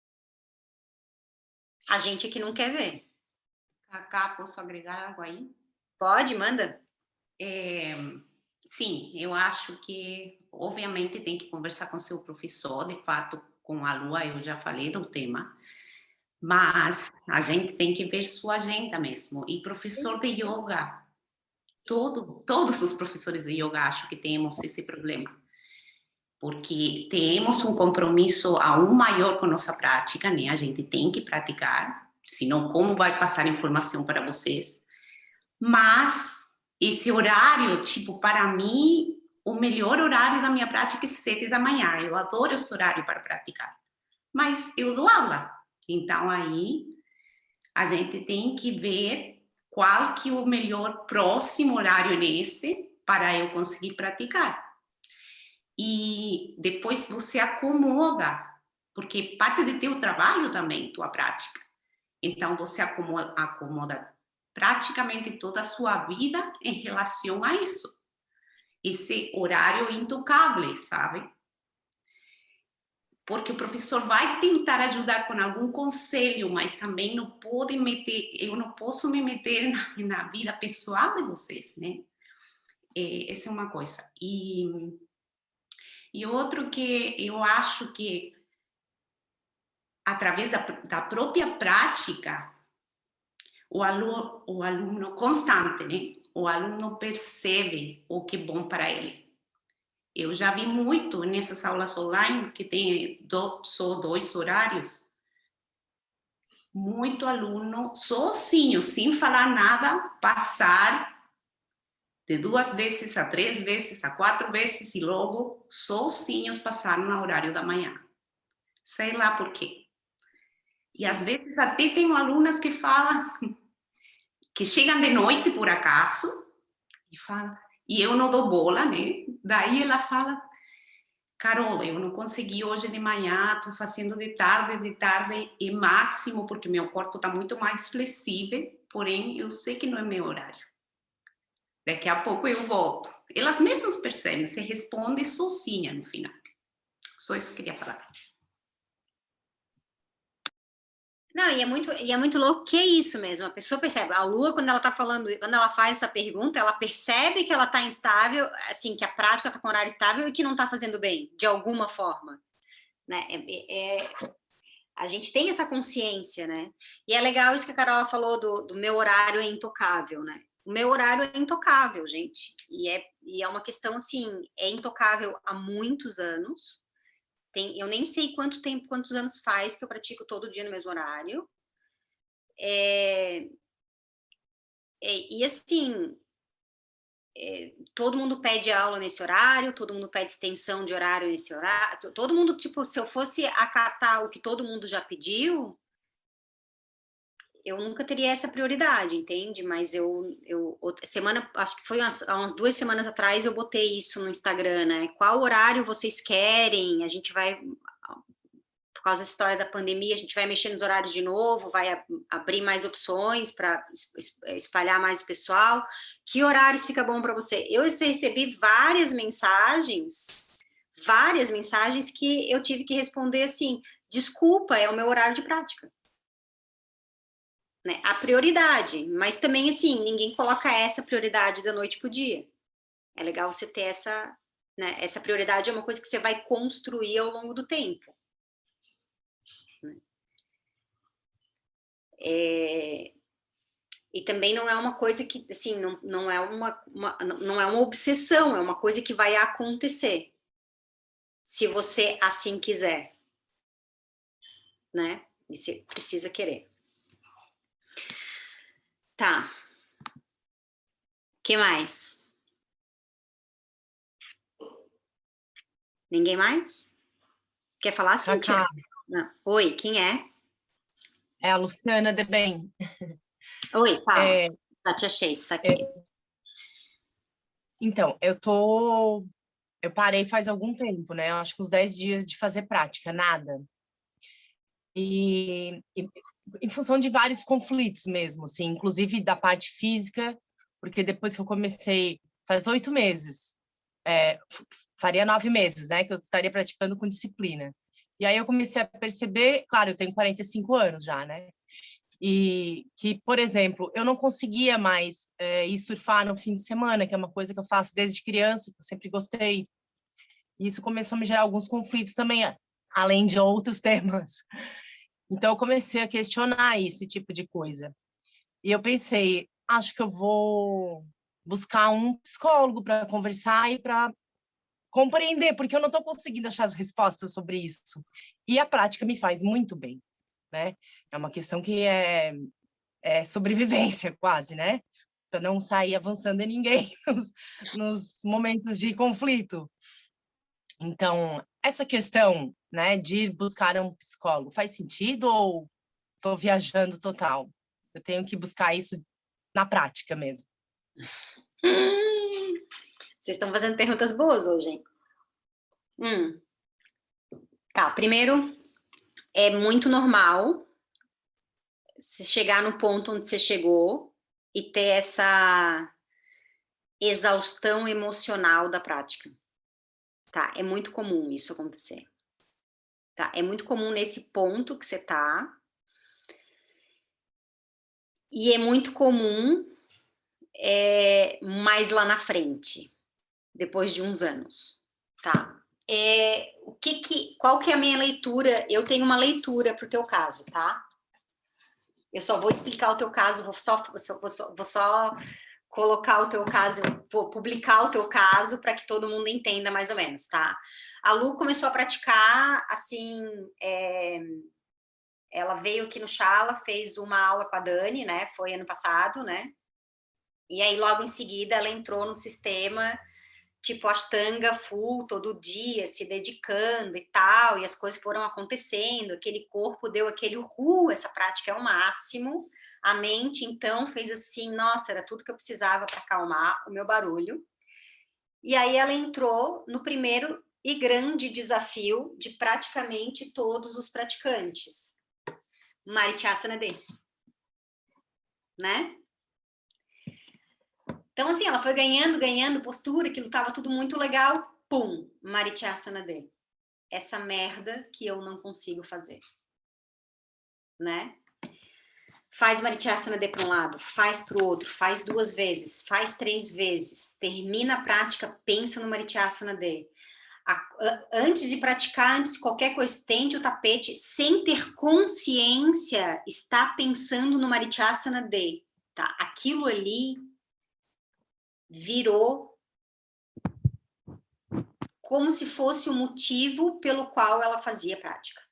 A gente aqui não quer ver. Cacá, posso agregar algo aí? Pode, manda. É, sim, eu acho que, obviamente, tem que conversar com seu professor, de fato, com a Lua, eu já falei do tema, Mas a gente tem que ver sua agenda mesmo. E professor de yoga, todo, todos os professores de yoga acham que temos esse problema. Porque temos um compromisso aún maior com nossa prática, né? A gente tem que praticar, senão como vai passar informação para vocês? Mas esse horário, tipo, para mim, o melhor horário da minha prática é sete da manhã. Eu adoro esse horário para praticar. Mas eu dou aula. Então, aí, a gente tem que ver qual que é o melhor próximo horário nesse para eu conseguir praticar. E depois você acomoda, porque parte de teu trabalho também, tua prática. Então, você acomoda, acomoda praticamente toda a sua vida em relação a isso. Esse horário intocável, sabe? Porque o professor vai tentar ajudar com algum conselho, mas também não pode meter, eu não posso me meter na, na vida pessoal de vocês, né? É, essa é uma coisa. E, e outro que eu acho que, através da, da própria prática, o aluno, o aluno constante, né? O aluno percebe o que é bom para ele. Eu já vi muito nessas aulas online, que tem do, só dois horários, muito aluno sozinho, sem falar nada, passar de duas vezes a três vezes, a quatro vezes, e logo sozinhos passaram no horário da manhã. Sei lá por quê. E às vezes até tem alunas que falam, que chegam de noite por acaso, e falam, e eu não dou bola, né? Daí ela fala, Carol, eu não consegui hoje de manhã, estou fazendo de tarde, de tarde e máximo, porque meu corpo está muito mais flexível, porém eu sei que não é meu horário. Daqui a pouco eu volto. Elas mesmas percebem, se responde sozinha no final. Só isso que eu queria falar. Não, e é muito, e é muito louco que é isso mesmo. A pessoa percebe. A Lua, quando ela está falando, quando ela faz essa pergunta, ela percebe que ela está instável, assim, que a prática está com horário estável e que não está fazendo bem, de alguma forma. Né? É, é, a gente tem essa consciência, né? E é legal isso que a Carol falou do, do meu horário é intocável, né? O meu horário é intocável, gente. E é, e é uma questão, assim, é intocável há muitos anos. Tem, eu nem sei quanto tempo, quantos anos faz que eu pratico todo dia no mesmo horário. É, é, e assim, é, todo mundo pede aula nesse horário, todo mundo pede extensão de horário nesse horário, todo mundo, tipo, se eu fosse acatar o que todo mundo já pediu, eu nunca teria essa prioridade, entende? Mas eu, eu semana, acho que foi umas, umas duas semanas atrás, eu botei isso no Instagram, né? Qual horário vocês querem? A gente vai, por causa da história da pandemia, a gente vai mexer nos horários de novo, vai abrir mais opções para espalhar mais o pessoal. Que horários fica bom para você? Eu recebi várias mensagens, várias mensagens que eu tive que responder assim, desculpa, é o meu horário de prática. Né, a prioridade, mas também assim, ninguém coloca essa prioridade da noite para o dia. É legal você ter essa, né, essa prioridade é uma coisa que você vai construir ao longo do tempo. É, e também não é uma coisa que, assim, não, não, é uma, uma, não é uma obsessão, é uma coisa que vai acontecer, se você assim quiser, né, e você precisa querer. Tá. Que mais? Ninguém mais? Quer falar, Cíntia? Oi, quem é? É a Luciana de Bem. Oi, fala. É, já te achei, você tá aqui. É, então, eu tô... Eu parei faz algum tempo, né? Eu acho que uns dez dias de fazer prática, nada. E, e em função de vários conflitos mesmo, assim, inclusive da parte física, porque depois que eu comecei, faz oito meses, é, faria nove meses, né, que eu estaria praticando com disciplina. E aí eu comecei a perceber, claro, eu tenho quarenta e cinco anos já, né, e que, por exemplo, eu não conseguia mais é, ir surfar no fim de semana, que é uma coisa que eu faço desde criança, que eu sempre gostei. E isso começou a me gerar alguns conflitos também, além de outros temas. Então, eu comecei a questionar esse tipo de coisa. E eu pensei, acho que eu vou buscar um psicólogo para conversar e para compreender, porque eu não estou conseguindo achar as respostas sobre isso. E a prática me faz muito bem, né? É uma questão que é, é sobrevivência, quase, né? Para não sair avançando em ninguém nos, nos momentos de conflito. Então, essa questão, né, de ir buscar um psicólogo, faz sentido ou estou viajando total? Eu tenho que buscar isso na prática mesmo. Hum, vocês estão fazendo perguntas boas hoje, hein? Hum. Tá, primeiro, é muito normal se chegar no ponto onde você chegou e ter essa exaustão emocional da prática. Tá, é muito comum isso acontecer. Tá, é muito comum nesse ponto que você tá. E é muito comum é, mais lá na frente, depois de uns anos, tá? É, o que que, qual que é a minha leitura? Eu tenho uma leitura para o teu caso, tá? Eu só vou explicar o teu caso, vou só, vou só, vou só, vou só colocar o teu caso, vou publicar o teu caso para que todo mundo entenda mais ou menos, tá? A Lu começou a praticar, assim, é, ela veio aqui no Chala, fez uma aula com a Dani, né? Foi ano passado, né? E aí, logo em seguida, ela entrou no sistema, tipo, Ashtanga full, todo dia, se dedicando e tal, e as coisas foram acontecendo, aquele corpo deu aquele uhul, essa prática é o máximo. A mente, então, fez assim, nossa, era tudo que eu precisava para acalmar o meu barulho. E aí ela entrou no primeiro e grande desafio de praticamente todos os praticantes. Marityasana D. Né? Então, assim, ela foi ganhando, ganhando postura, aquilo tava tudo muito legal. Pum, Marityasana D. Essa merda que eu não consigo fazer. Né? Faz Marityasana D para um lado, faz para o outro, faz duas vezes, faz três vezes, termina a prática, pensa no Marityasana D. A, a, antes de praticar, antes de qualquer coisa, estende o tapete, sem ter consciência, está pensando no Marityasana D. Tá? Aquilo ali virou como se fosse o motivo pelo qual ela fazia prática.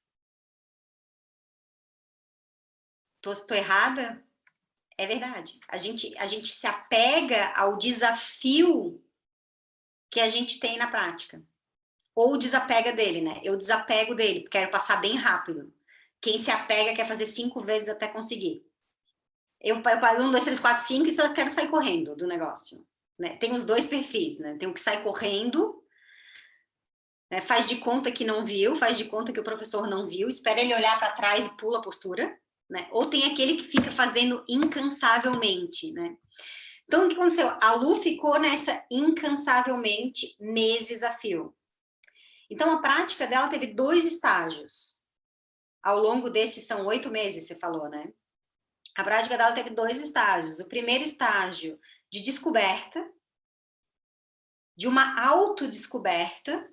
Tô, estou errada? É verdade. A gente, a gente se apega ao desafio que a gente tem na prática. Ou desapega dele, né? Eu desapego dele, porque quero passar bem rápido. Quem se apega quer fazer cinco vezes até conseguir. Eu, eu um, dois, três, quatro, cinco e só quero sair correndo do negócio. Né? Tem os dois perfis, né? Tem o que sai correndo, né? Faz de conta que não viu, faz de conta que o professor não viu, espera ele olhar para trás e pula a postura. Né? Ou tem aquele que fica fazendo incansavelmente, né? Então, o que aconteceu? A Lu ficou nessa incansavelmente nesse desafio. Então, a prática dela teve dois estágios. Ao longo desses, são oito meses, você falou, né? A prática dela teve dois estágios. O primeiro estágio de descoberta, de uma autodescoberta,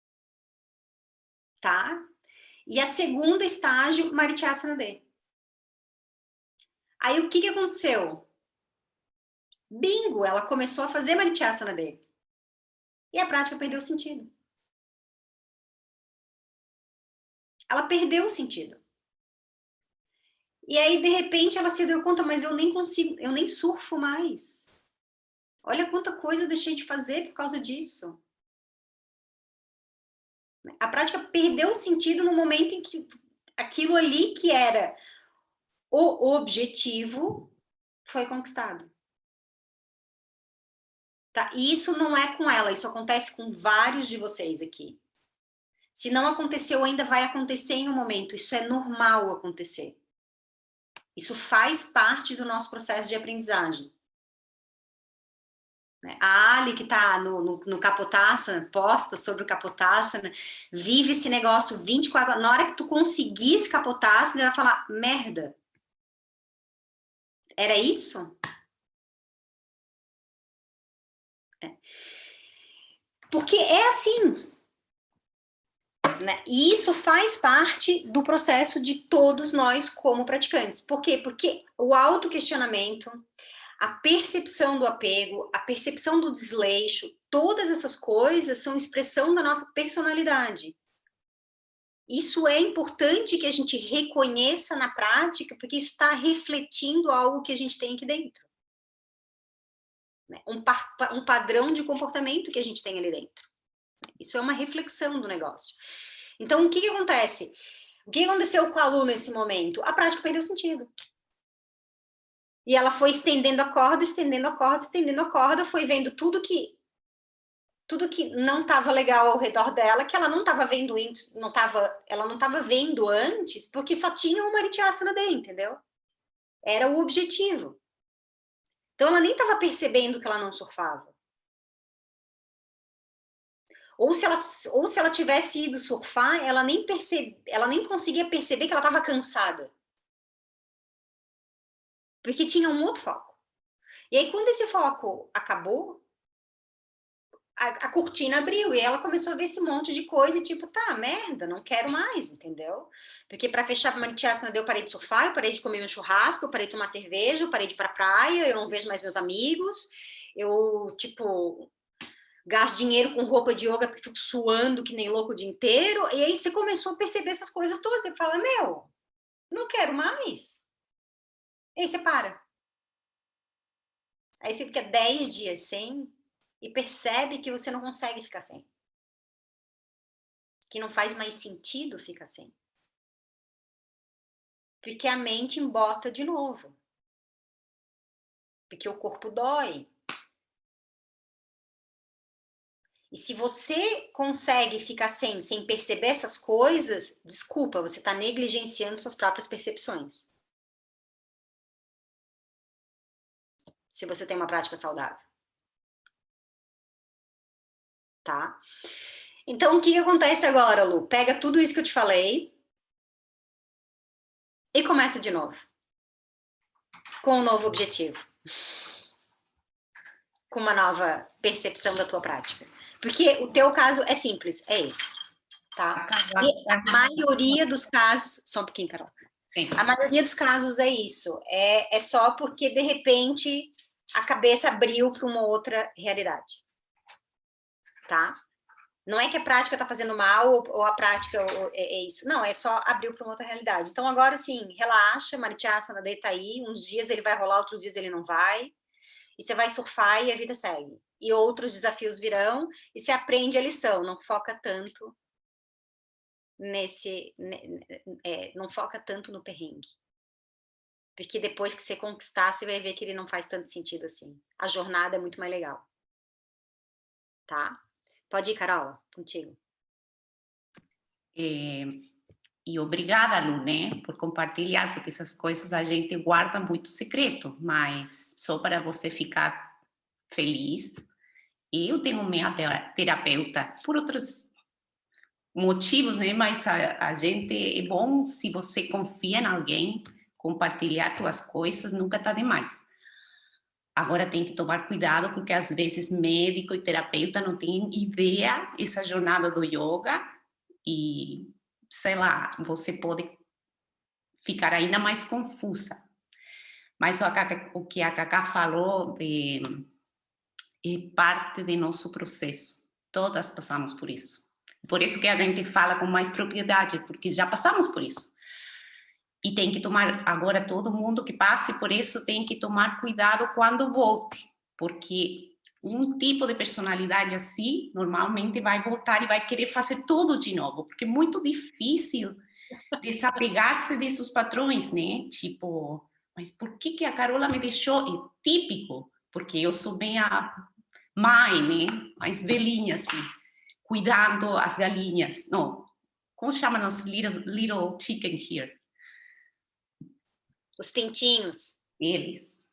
tá? E a segunda estágio, Marityasana D. Aí, o que que aconteceu? Bingo! Ela começou a fazer Marityasana D. E a prática perdeu o sentido. Ela perdeu o sentido. E aí, de repente, ela se deu conta, mas eu nem consigo, eu nem surfo mais. Olha quanta coisa eu deixei de fazer por causa disso. A prática perdeu o sentido no momento em que aquilo ali que era o objetivo foi conquistado. Tá? E isso não é com ela, isso acontece com vários de vocês aqui. Se não aconteceu ainda, vai acontecer em um momento. Isso é normal acontecer. Isso faz parte do nosso processo de aprendizagem. A Ali, que está no, no, no Kapotasana, posta sobre o Kapotasana, vive esse negócio vinte e quatro horas. Na hora que tu conseguir esse Kapotasana, você vai falar, merda. Era isso? É. Porque é assim. Né? E isso faz parte do processo de todos nós como praticantes. Por quê? Porque o autoquestionamento, a percepção do apego, a percepção do desleixo, todas essas coisas são expressão da nossa personalidade. Isso é importante que a gente reconheça na prática, porque isso está refletindo algo que a gente tem aqui dentro. Um, pa um padrão de comportamento que a gente tem ali dentro. Isso é uma reflexão do negócio. Então, o que, que acontece? O que aconteceu com a Lu nesse momento? A prática perdeu sentido. E ela foi estendendo a corda, estendendo a corda, estendendo a corda, foi vendo tudo que tudo que não estava legal ao redor dela, que ela não estava vendo, não tava, ela não estava vendo antes, porque só tinha uma Nitiasana dentro, entendeu? Era o objetivo. Então, ela nem estava percebendo que ela não surfava. Ou se ela, ou se ela tivesse ido surfar, ela nem, percebe, ela nem conseguia perceber que ela estava cansada. Porque tinha um outro foco. E aí, quando esse foco acabou, a, a cortina abriu e ela começou a ver esse monte de coisa e tipo, tá, merda, não quero mais, entendeu? Porque para fechar uma Nitiasana, eu parei de surfar, eu parei de comer meu churrasco, eu parei de tomar cerveja, eu parei de ir pra praia, eu não vejo mais meus amigos, eu, tipo, gasto dinheiro com roupa de yoga, porque fico suando que nem louco o dia inteiro, e aí você começou a perceber essas coisas todas, você fala, meu, não quero mais. E aí você para. Aí você fica dez dias sem e percebe que você não consegue ficar sem. Que não faz mais sentido ficar sem. Porque a mente embota de novo. Porque o corpo dói. E se você consegue ficar sem, sem perceber essas coisas, desculpa, você está negligenciando suas próprias percepções. Se você tem uma prática saudável. Tá? Então, o que, que acontece agora, Lu? Pega tudo isso que eu te falei e começa de novo. Com um novo objetivo. Com uma nova percepção da tua prática. Porque o teu caso é simples, é esse. Tá? E a maioria dos casos... Só um pouquinho, Carol. Sim. A maioria dos casos é isso. É, é só porque, de repente, a cabeça abriu para uma outra realidade. Tá? Não é que a prática está fazendo mal ou, ou a prática ou, é, é isso. Não, é só abriu para uma outra realidade. Então, agora sim, relaxa, Nitiasana deita aí. Uns dias ele vai rolar, outros dias ele não vai. E você vai surfar e a vida segue. E outros desafios virão e você aprende a lição. Não foca tanto nesse... É, não foca tanto no perrengue. Porque depois que você conquistar, você vai ver que ele não faz tanto sentido assim. A jornada é muito mais legal. Tá? Pode ir, Carol, contigo. É, e obrigada, Lu, né, por compartilhar, porque essas coisas a gente guarda muito secreto, mas só para você ficar feliz. Eu tenho minha terapeuta por outros motivos, né, mas a, a gente, é bom se você confia em alguém, compartilhar suas coisas, nunca está demais. Agora tem que tomar cuidado, porque às vezes médico e terapeuta não têm ideia essa jornada do yoga e, sei lá, você pode ficar ainda mais confusa. Mas o que a Cacá falou de, é parte do nosso processo. Todas passamos por isso. Por isso que a gente fala com mais propriedade, porque já passamos por isso. E tem que tomar, agora todo mundo que passe por isso tem que tomar cuidado quando volte, porque um tipo de personalidade assim, normalmente vai voltar e vai querer fazer tudo de novo, porque é muito difícil desapegar-se desses padrões, né? Tipo, mas por que que a Carola me deixou? É típico, porque eu sou bem a mãe, né? Mais velhinha, assim, cuidando as galinhas. Não, como chamam os little, little chicken here? Os pintinhos. Eles.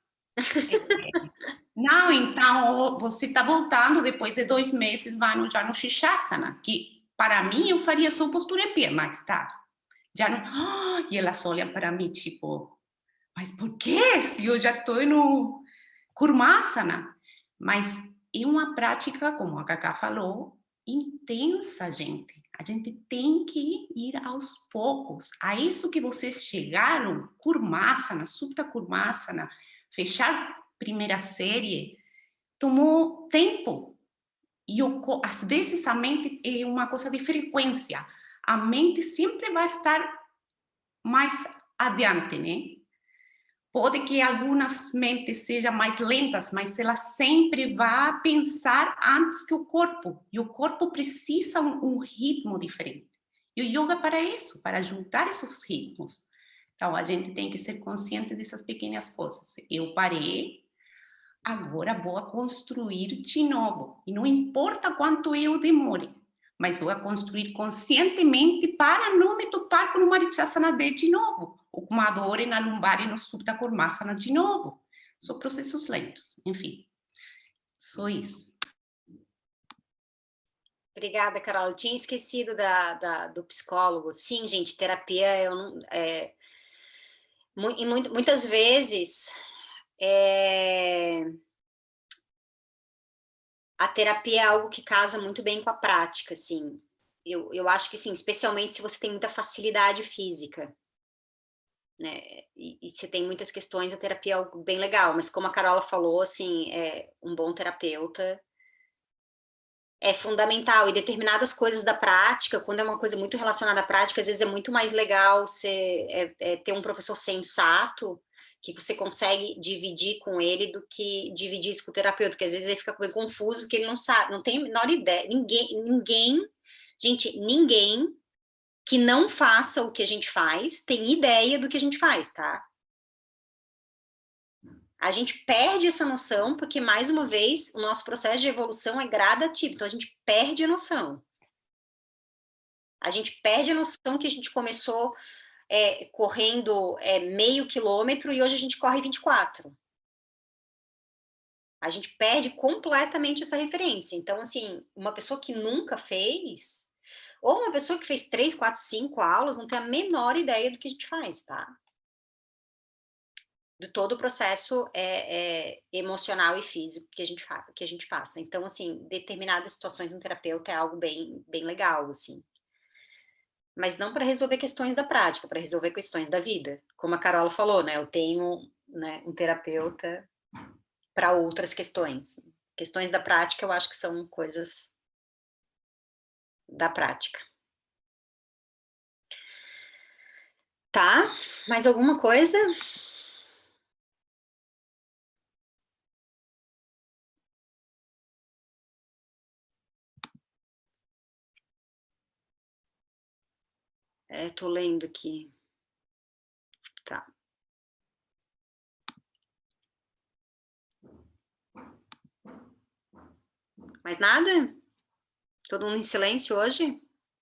Não, então você está voltando depois de dois meses, vai no, já no Shishasana, que para mim eu faria só postura em pé, mas tá. Já não. Oh, e elas olham para mim tipo, mas por quê? Se eu já estou no Kurmasana. Mas é uma prática, como a Cacá falou, intensa, gente. A gente tem que ir aos poucos. A isso que vocês chegaram, Kurmasana, Supta Kurmasana, fechar primeira série, tomou tempo. E às vezes a mente é uma coisa de frequência. A mente sempre vai estar mais adiante, né? Pode que algumas mentes sejam mais lentas, mas ela sempre vai pensar antes que o corpo. E o corpo precisa um, um ritmo diferente. E o yoga é para isso, para juntar esses ritmos. Então, a gente tem que ser consciente dessas pequenas coisas. Eu parei, agora vou construir de novo. E não importa quanto eu demore, mas vou construir conscientemente para não me topar com uma Marichyasana de novo, ou com uma dor na lombar e no Supta Kurmasana de novo. São processos lentos, enfim. Só isso. Obrigada, Carol. Eu tinha esquecido da, da, do psicólogo. Sim, gente, terapia, eu não, é, mu- muito, muitas vezes... É, a terapia é algo que casa muito bem com a prática, assim. Eu, eu acho que, sim, especialmente se você tem muita facilidade física, né? E, e se tem muitas questões, a terapia é algo bem legal. Mas como a Carola falou, assim, é, um bom terapeuta é fundamental. E determinadas coisas da prática, quando é uma coisa muito relacionada à prática, às vezes é muito mais legal você é, é, ter um professor sensato, que você consegue dividir com ele do que dividir isso com o terapeuta, porque às vezes ele fica meio confuso, porque ele não sabe, não tem a menor ideia, ninguém, ninguém, gente, ninguém que não faça o que a gente faz tem ideia do que a gente faz, tá? A gente perde essa noção, porque, mais uma vez, o nosso processo de evolução é gradativo, então a gente perde a noção. A gente perde a noção que a gente começou É, correndo é, meio quilômetro e hoje a gente corre vinte e quatro. A gente perde completamente essa referência. Então, assim, uma pessoa que nunca fez, ou uma pessoa que fez três, quatro, cinco aulas, não tem a menor ideia do que a gente faz, tá? Do todo o processo é, é, emocional e físico que a, gente faz, que a gente passa. Então, assim, determinadas situações no terapeuta é algo bem, bem legal, assim. Mas não para resolver questões da prática, para resolver questões da vida. Como a Carola falou, né? Eu tenho, né, um terapeuta para outras questões. Questões da prática, eu acho que são coisas da prática. Tá? Mais alguma coisa? É, tô lendo aqui. Tá. Mais nada? Todo mundo em silêncio hoje?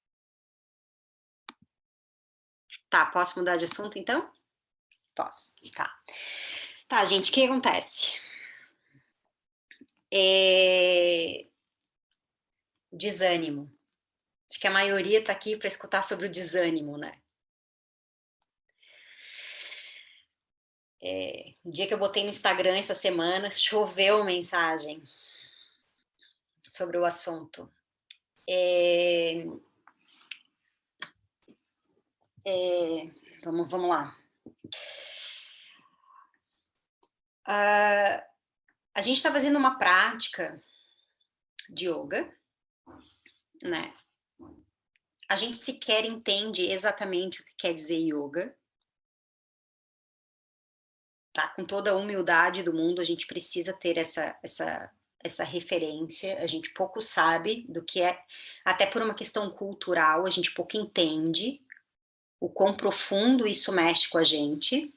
Tá, posso mudar de assunto, então? Posso, tá. Tá, gente, o que acontece? É... Desânimo. Acho que a maioria tá aqui para escutar sobre o desânimo, né? É... O dia que eu botei no Instagram essa semana, choveu mensagem sobre o assunto. É... É... Vamos, vamos lá. Uh, a gente está fazendo uma prática de yoga, né? A gente sequer entende exatamente o que quer dizer yoga. Tá? Com toda a humildade do mundo, a gente precisa ter essa, essa, essa referência. A gente pouco sabe do que é, até por uma questão cultural, a gente pouco entende o quão profundo isso mexe com a gente.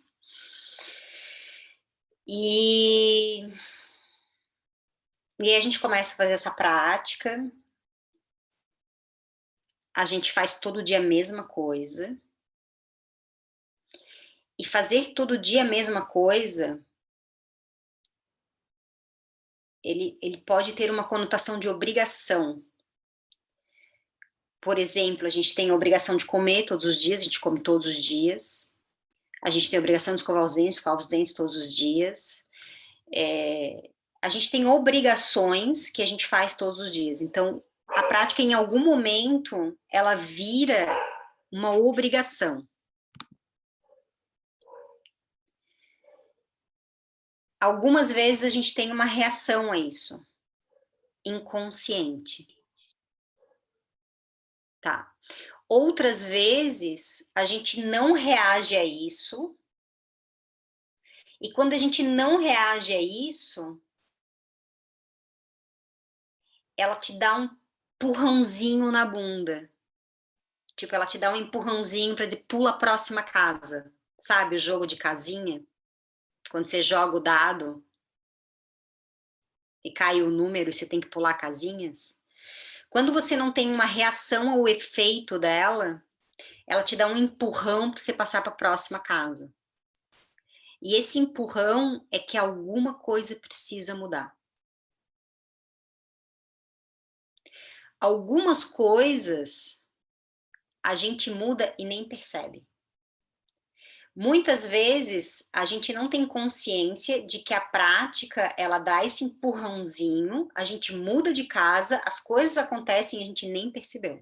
E, e aí a gente começa a fazer essa prática, a gente faz todo dia a mesma coisa, e fazer todo dia a mesma coisa, ele, ele pode ter uma conotação de obrigação. Por exemplo, a gente tem a obrigação de comer todos os dias, a gente come todos os dias, a gente tem a obrigação de escovar os dentes, escovar os dentes todos os dias, é, a gente tem obrigações que a gente faz todos os dias. Então, a prática, em algum momento, ela vira uma obrigação. Algumas vezes a gente tem uma reação a isso, inconsciente. Tá. Outras vezes, a gente não reage a isso, e quando a gente não reage a isso, ela te dá um empurrãozinho na bunda. Tipo, ela te dá um empurrãozinho para dizer, pula a próxima casa. Sabe o jogo de casinha? Quando você joga o dado e cai o número e você tem que pular casinhas. Quando você não tem uma reação ao efeito dela, ela te dá um empurrão para você passar para a próxima casa. E esse empurrão é que alguma coisa precisa mudar. Algumas coisas a gente muda e nem percebe. Muitas vezes a gente não tem consciência de que a prática ela dá esse empurrãozinho, a gente muda de casa, as coisas acontecem e a gente nem percebeu.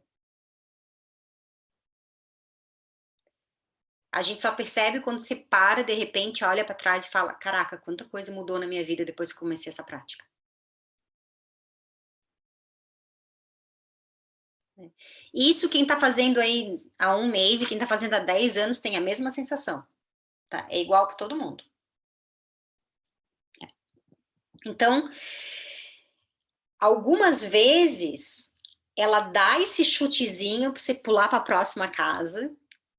A gente só percebe quando se para, de repente, olha para trás e fala, caraca, quanta coisa mudou na minha vida depois que comecei essa prática. Isso quem está fazendo aí há um mês e quem está fazendo há dez anos tem a mesma sensação. Tá? É igual para todo mundo. Então, algumas vezes, ela dá esse chutezinho para você pular para a próxima casa,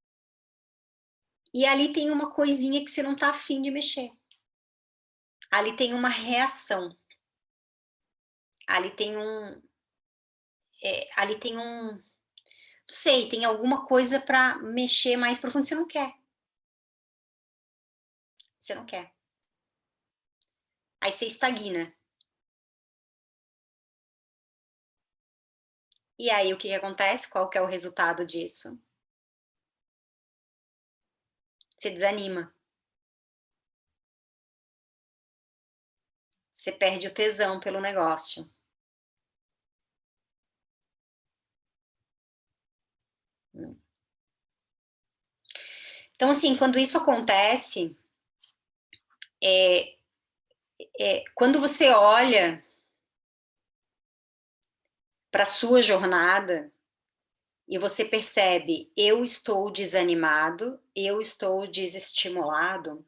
e ali tem uma coisinha que você não está afim de mexer. Ali tem uma reação. Ali tem um... É, ali tem um... Não sei, tem alguma coisa para mexer mais profundo, você não quer. Você não quer. Aí você estagna. E aí o que, que acontece? Qual que é o resultado disso? Você desanima. Você perde o tesão pelo negócio. Então, assim, quando isso acontece, é, é, quando você olha para a sua jornada e você percebe, eu estou desanimado, eu estou desestimulado,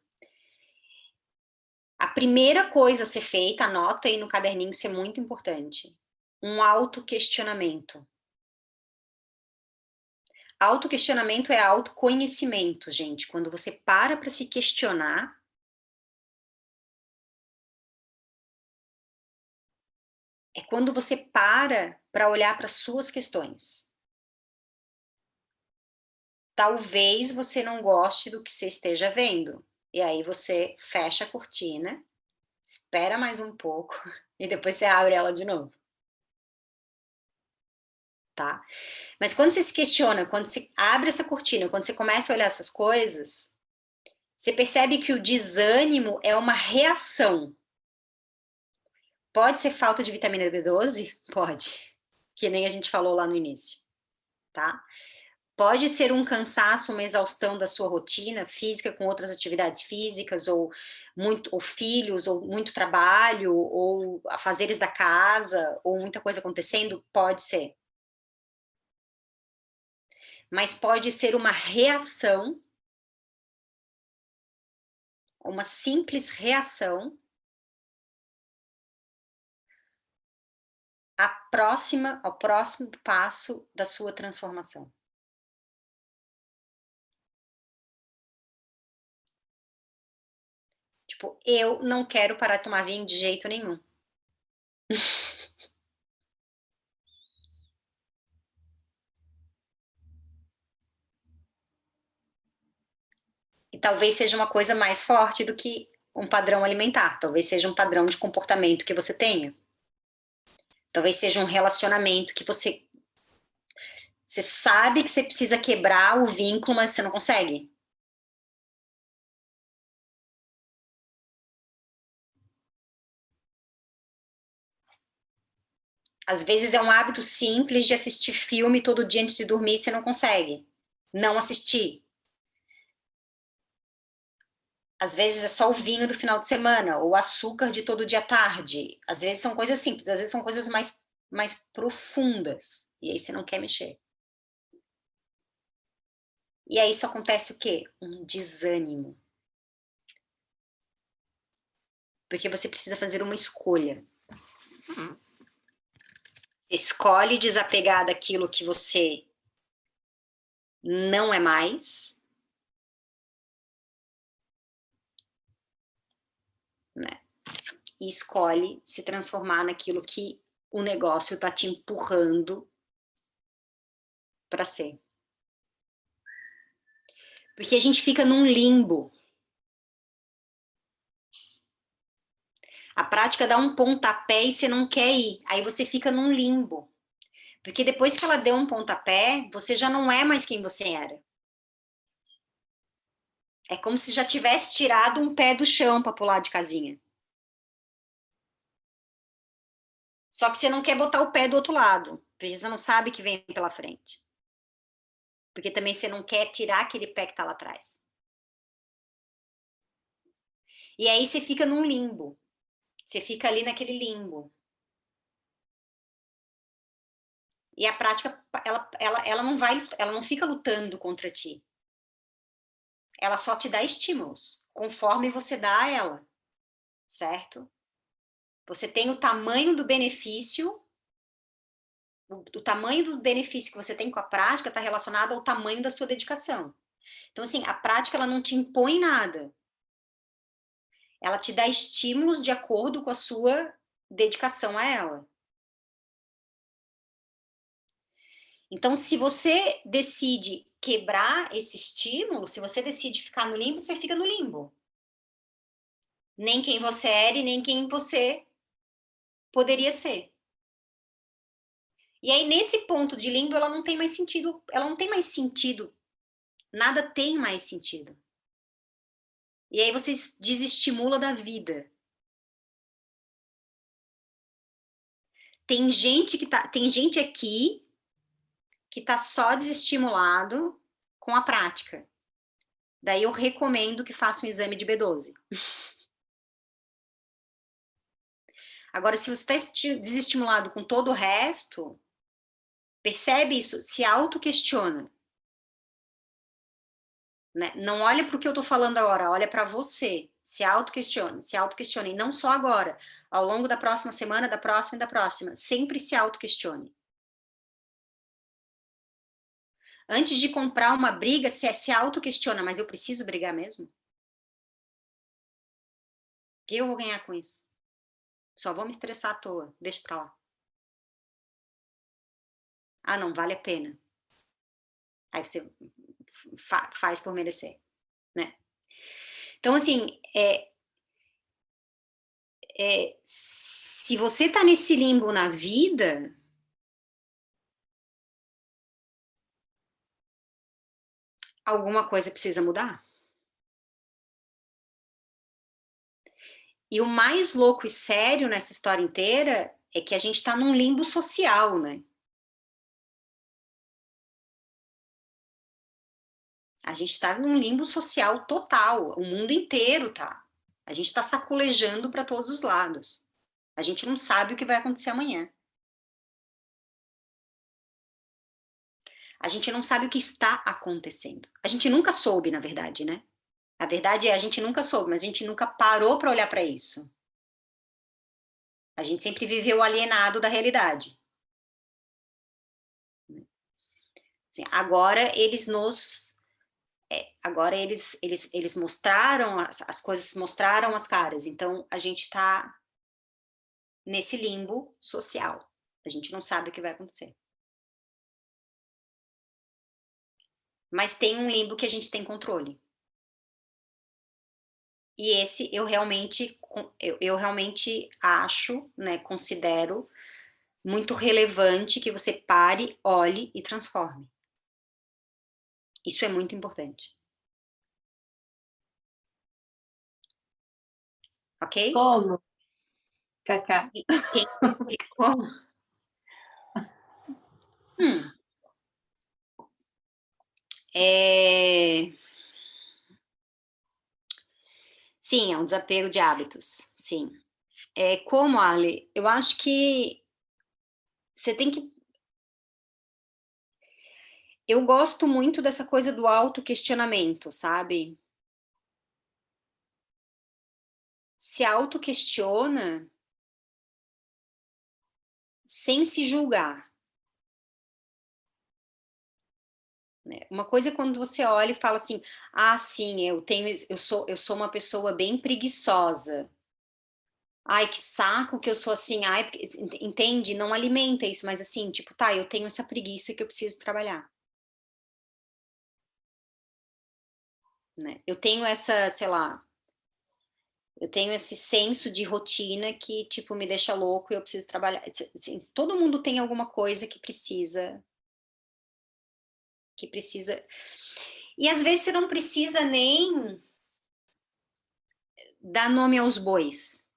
a primeira coisa a ser feita, anota aí no caderninho, isso é muito importante, um autoquestionamento. Autoquestionamento é autoconhecimento, gente. Quando você para para se questionar, é quando você para para olhar para suas questões. Talvez você não goste do que você esteja vendo. E aí você fecha a cortina, espera mais um pouco e depois você abre ela de novo. Tá? Mas quando você se questiona, quando você abre essa cortina, quando você começa a olhar essas coisas, você percebe que o desânimo é uma reação. Pode ser falta de vitamina B doze? Pode. Que nem a gente falou lá no início. Tá? Pode ser um cansaço, uma exaustão da sua rotina física com outras atividades físicas, ou, muito, ou filhos, ou muito trabalho, ou afazeres da casa, ou muita coisa acontecendo? Pode ser. Mas pode ser uma reação, uma simples reação à próxima, ao próximo passo da sua transformação. Tipo, eu não quero parar de tomar vinho de jeito nenhum. E talvez seja uma coisa mais forte do que um padrão alimentar. Talvez seja um padrão de comportamento que você tenha. Talvez seja um relacionamento que você... Você sabe que você precisa quebrar o vínculo, mas você não consegue. Às vezes é um hábito simples de assistir filme todo dia antes de dormir e você não consegue não assistir. Às vezes é só o vinho do final de semana, ou o açúcar de todo dia à tarde. Às vezes são coisas simples, às vezes são coisas mais, mais profundas. E aí você não quer mexer. E aí isso acontece o quê? Um desânimo. Porque você precisa fazer uma escolha. Escolhe desapegar daquilo que você não é mais, né? E escolhe se transformar naquilo que o negócio está te empurrando para ser. Porque a gente fica num limbo. A prática dá um pontapé e você não quer ir. Aí você fica num limbo. Porque depois que ela deu um pontapé, você já não é mais quem você era. É como se já tivesse tirado um pé do chão para pular de casinha. Só que você não quer botar o pé do outro lado, porque você não sabe o que vem pela frente. Porque também você não quer tirar aquele pé que está lá atrás. E aí você fica num limbo. Você fica ali naquele limbo. E a prática, ela, ela, ela não vai, ela não fica lutando contra ti. Ela só te dá estímulos, conforme você dá a ela, certo? Você tem o tamanho do benefício, o, o tamanho do benefício que você tem com a prática está relacionado ao tamanho da sua dedicação. Então, assim, a prática, ela não te impõe nada. Ela te dá estímulos de acordo com a sua dedicação a ela. Então, se você decide quebrar esse estímulo, se você decide ficar no limbo, você fica no limbo. Nem quem você era e nem quem você poderia ser. E aí, nesse ponto de limbo, ela não tem mais sentido, ela não tem mais sentido. Nada tem mais sentido. E aí você desestimula da vida. Tem gente que tá, tem gente aqui que tá só desestimulado com a prática. Daí eu recomendo que faça um exame de B doze. Agora, se você está desestimulado com todo o resto, percebe isso, se auto-questiona. Né? Não olha para o que eu estou falando agora, olha para você. Se auto-questione, se auto-questione. Não só agora, ao longo da próxima semana, da próxima e da próxima. Sempre se auto-questione. Antes de comprar uma briga, se, se auto-questiona, mas eu preciso brigar mesmo? O que eu vou ganhar com isso? Só vou me estressar à toa, deixa pra lá. Ah, não, vale a pena. Aí você fa faz por merecer, né? Então, assim, é, é, se você tá nesse limbo na vida, alguma coisa precisa mudar. E o mais louco e sério nessa história inteira é que a gente tá num limbo social, né? A gente está num limbo social total, o mundo inteiro tá. A gente está sacolejando para todos os lados. A gente não sabe o que vai acontecer amanhã. A gente não sabe o que está acontecendo. A gente nunca soube, na verdade, né? A verdade é, a gente nunca soube, mas a gente nunca parou para olhar para isso. A gente sempre viveu alienado da realidade. Assim, agora eles nos... É, agora eles, eles, eles mostraram, as, as coisas mostraram as caras, então a gente está nesse limbo social. A gente não sabe o que vai acontecer. Mas tem um limbo que a gente tem controle. E esse eu realmente, eu, eu realmente acho, né, considero muito relevante que você pare, olhe e transforme. Isso é muito importante. Ok? Como? Cacá. Tem, tem como? Hum. É... Sim, é um desapego de hábitos, sim. É, como, Ali? Eu acho que você tem que... Eu gosto muito dessa coisa do autoquestionamento, sabe? Se autoquestiona sem se julgar. Né? Uma coisa é quando você olha e fala assim, ah, sim, eu tenho, eu sou, eu sou uma pessoa bem preguiçosa. Ai, que saco que eu sou assim, ai, porque- entende? Não alimenta isso, mas assim, tipo, tá, eu tenho essa preguiça que eu preciso trabalhar. Né? Eu tenho essa, sei lá, eu tenho esse senso de rotina que, tipo, me deixa louco e eu preciso trabalhar. Assim, todo mundo tem alguma coisa que precisa, que precisa. E às vezes você não precisa nem dar nome aos bois.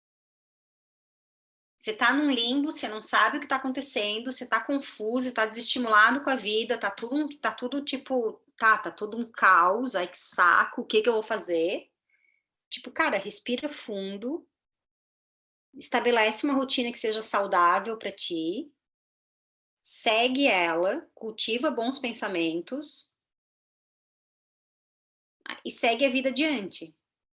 Você tá num limbo, você não sabe o que tá acontecendo, você tá confuso, tá desestimulado com a vida, tá tudo, tá tudo tipo, tá, tá tudo um caos, ai que saco, o que que eu vou fazer? Tipo, cara, respira fundo, estabelece uma rotina que seja saudável para ti, segue ela, cultiva bons pensamentos e segue a vida adiante.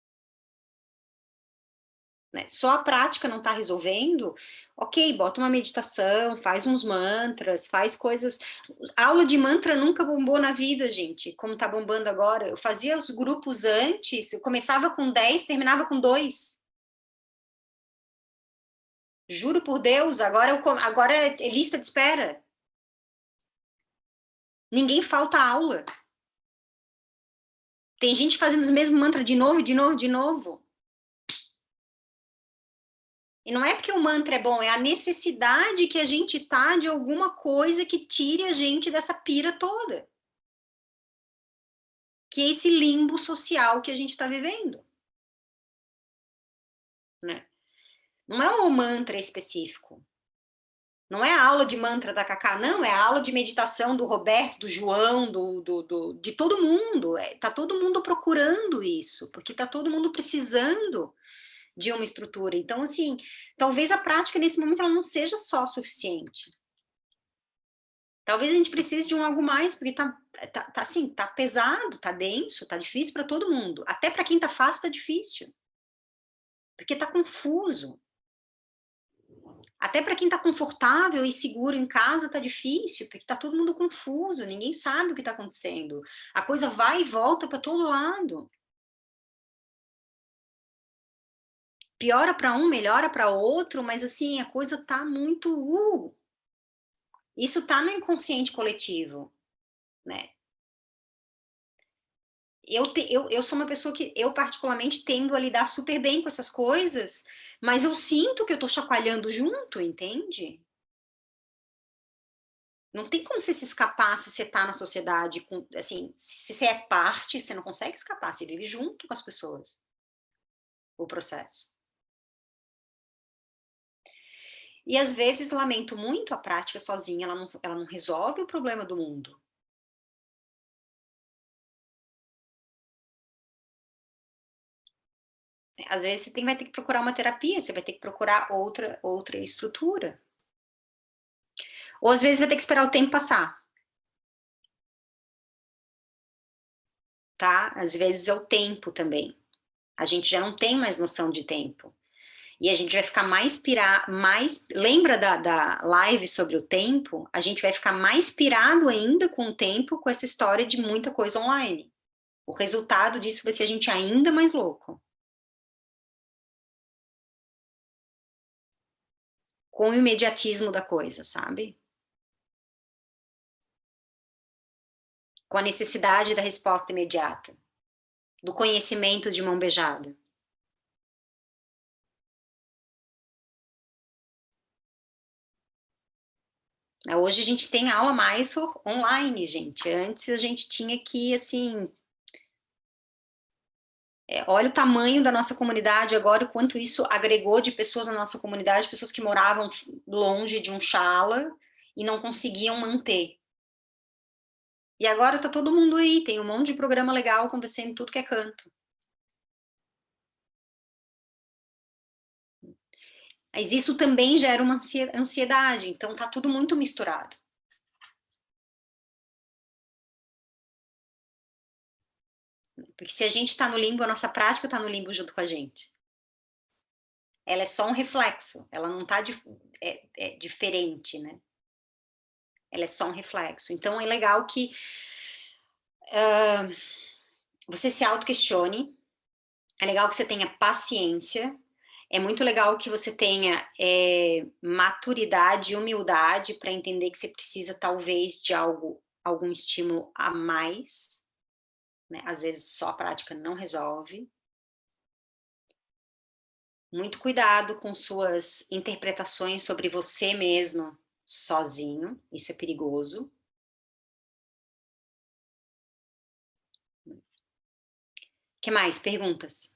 Né? Só a prática não está resolvendo, ok, bota uma meditação, faz uns mantras, faz coisas. A aula de mantra nunca bombou na vida, gente, como está bombando agora. Eu fazia os grupos antes, eu começava com dez, terminava com dois. Juro por Deus, agora, eu, agora é lista de espera. Ninguém falta aula. Tem gente fazendo os mesmos mantras de novo, de novo, de novo. E não é porque o mantra é bom, é a necessidade que a gente tá de alguma coisa que tire a gente dessa pira toda. Que é esse limbo social que a gente está vivendo. Né? Não é um mantra específico. Não é a aula de mantra da Cacá, não, é a aula de meditação do Roberto, do João, do, do, do de todo mundo. É, tá todo mundo procurando isso, porque tá todo mundo precisando de uma estrutura. Então, assim, talvez a prática nesse momento ela não seja só suficiente. Talvez a gente precise de um algo mais, porque tá, tá, tá assim, tá pesado, tá denso, tá difícil para todo mundo. Até para quem tá fácil, tá difícil. Porque tá confuso. Até para quem tá confortável e seguro em casa, tá difícil, porque tá todo mundo confuso, ninguém sabe o que tá acontecendo. A coisa vai e volta para todo lado. Piora para um, melhora para outro, mas assim, a coisa tá muito uh, isso está no inconsciente coletivo, né? Eu, te, eu, eu sou uma pessoa que, eu particularmente, tendo a lidar super bem com essas coisas, mas eu sinto que eu tô chacoalhando junto, entende? Não tem como você se escapar se você tá na sociedade, com, assim, se você é parte, você não consegue escapar, você vive junto com as pessoas, o processo. E às vezes, lamento muito, a prática sozinha, ela não, ela não resolve o problema do mundo. Às vezes você tem, vai ter que procurar uma terapia, você vai ter que procurar outra, outra estrutura. Ou às vezes vai ter que esperar o tempo passar. Tá? Às vezes é o tempo também. A gente já não tem mais noção de tempo. E a gente vai ficar mais pirado, mais... Lembra da, da live sobre o tempo? A gente vai ficar mais pirado ainda com o tempo, com essa história de muita coisa online. O resultado disso vai ser a gente ainda mais louco. Com o imediatismo da coisa, sabe? Com a necessidade da resposta imediata. Do conhecimento de mão beijada. Hoje a gente tem aula mais online, gente. Antes a gente tinha que, assim... É, olha o tamanho da nossa comunidade agora, o quanto isso agregou de pessoas na nossa comunidade, pessoas que moravam longe de um Xala, e não conseguiam manter. E agora tá todo mundo aí, tem um monte de programa legal acontecendo em tudo que é canto. Mas isso também gera uma ansiedade, então tá tudo muito misturado. Porque se a gente está no limbo, a nossa prática está no limbo junto com a gente. Ela é só um reflexo, ela não está é, é diferente, né? Ela é só um reflexo. Então é legal que uh, você se auto-questione, é legal que você tenha paciência, é muito legal que você tenha é, maturidade e humildade para entender que você precisa talvez de algo, algum estímulo a mais, né? Às vezes só a prática não resolve. Muito cuidado com suas interpretações sobre você mesmo sozinho, isso é perigoso. O que mais? Perguntas?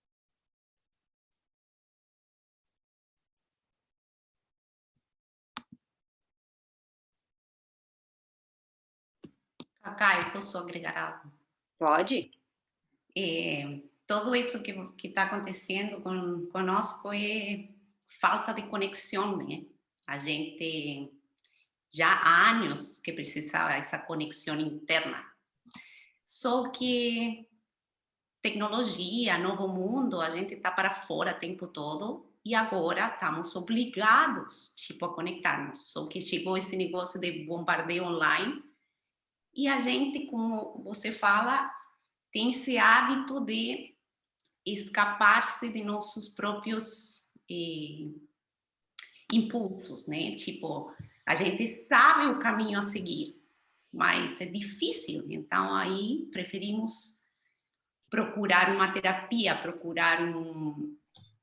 Cacá, eu posso agregar algo? Pode? É, tudo isso que que está acontecendo com, conosco é falta de conexão, né? A gente já há anos que precisava essa conexão interna. Só que tecnologia, novo mundo, a gente está para fora o tempo todo e agora estamos obrigados, tipo, a conectarmos. Só que chegou esse negócio de bombardeio online e a gente, como você fala, tem esse hábito de escapar-se de nossos próprios eh, impulsos, né? Tipo, a gente sabe o caminho a seguir, mas é difícil. Então, aí, preferimos procurar uma terapia, procurar um,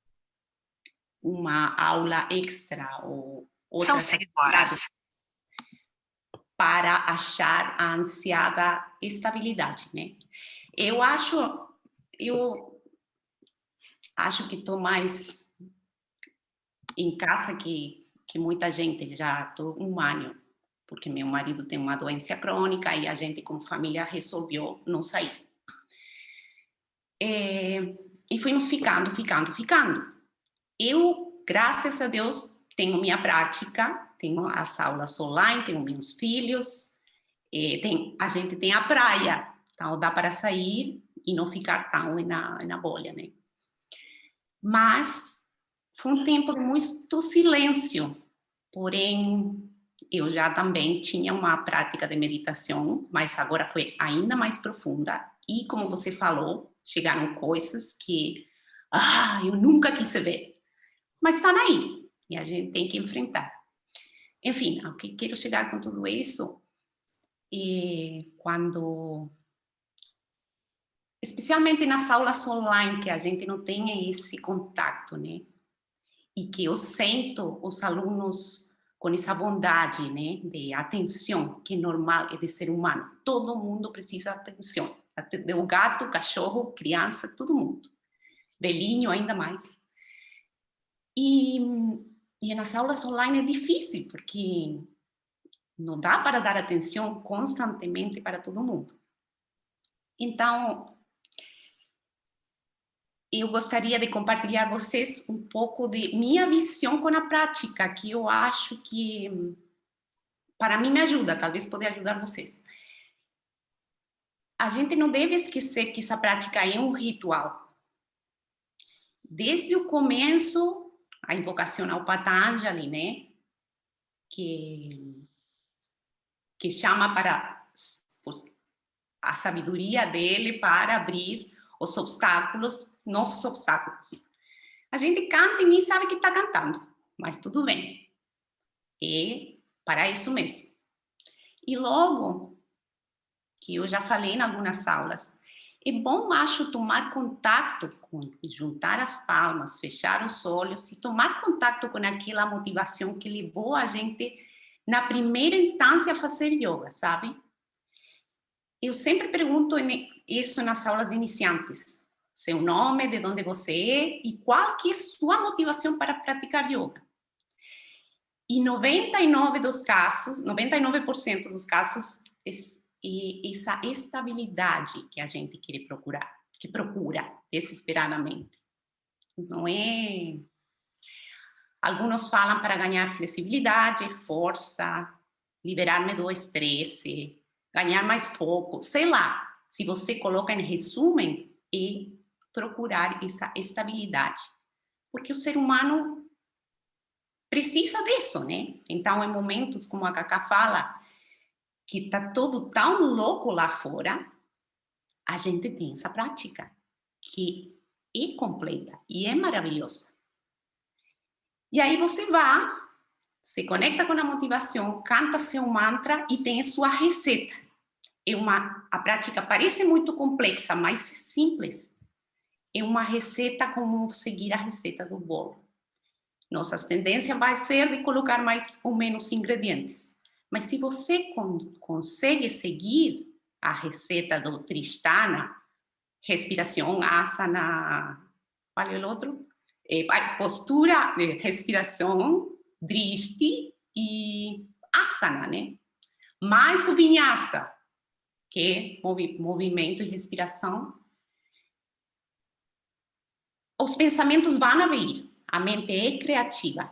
uma aula extra ou São outras seis horas. para achar a ansiada estabilidade, né? Eu acho, eu acho que estou mais em casa que, que muita gente, já estou um ano, porque meu marido tem uma doença crônica e a gente, como família, resolveu não sair. É, e fomos ficando, ficando, ficando. Eu, graças a Deus, tenho minha prática, tenho as aulas online, tenho meus filhos, é, tem, a gente tem a praia, então dá para sair e não ficar tão na, na bolha, né? Mas foi um tempo de muito silêncio, porém eu já também tinha uma prática de meditação, mas agora foi ainda mais profunda e, como você falou, chegaram coisas que ah, eu nunca quis ver, mas estão aí e a gente tem que enfrentar. Enfim, ao que quero chegar com tudo isso é quando, especialmente nas aulas online, que a gente não tem esse contato, né? E que eu sinto os alunos com essa bondade, né, de atenção, que é normal, é de ser humano. Todo mundo precisa de atenção. O gato, o cachorro, criança, todo mundo. Velhinho ainda mais. E, e nas aulas online é difícil, porque não dá para dar atenção constantemente para todo mundo. Então, eu gostaria de compartilhar com vocês um pouco de minha visão com a prática, que eu acho que, para mim, me ajuda, talvez pode ajudar vocês. A gente não deve esquecer que essa prática é um ritual. Desde o começo, a invocação ao Patanjali, né, que, que chama para a sabedoria dele para abrir os obstáculos, nossos obstáculos. A gente canta e nem sabe que está cantando, mas tudo bem. É para isso mesmo. E logo, que eu já falei em algumas aulas, é bom, acho, tomar contato com, juntar as palmas, fechar os olhos e tomar contato com aquela motivação que levou a gente, na primeira instância, a fazer yoga, sabe? Eu sempre pergunto isso nas aulas iniciantes. Seu nome, de onde você é e qual que é sua motivação para praticar yoga. E noventa e nove dos casos, noventa e nove por cento dos casos, é essa estabilidade que a gente quer procurar, que procura desesperadamente. Não é... Alguns falam para ganhar flexibilidade, força, liberar-me do estresse, ganhar mais foco, sei lá. Se você coloca em resumo, é procurar essa estabilidade. Porque o ser humano precisa disso, né? Então, em momentos, como a Cacá fala, que está tudo tão louco lá fora, a gente tem essa prática, que é completa e é maravilhosa. E aí você vai, se conecta com a motivação, canta seu mantra e tem a sua receita. É uma, a prática parece muito complexa, mas simples. É uma receita como seguir a receita do bolo. Nossa tendência vai ser de colocar mais ou menos ingredientes. Mas se você con consegue seguir a receita do Tristana, respiração, asana, qual é o outro? É, postura, respiração, drishti e asana, né? Mais o vinyasa, que é movi movimento e respiração. Os pensamentos vão vir. A mente é criativa.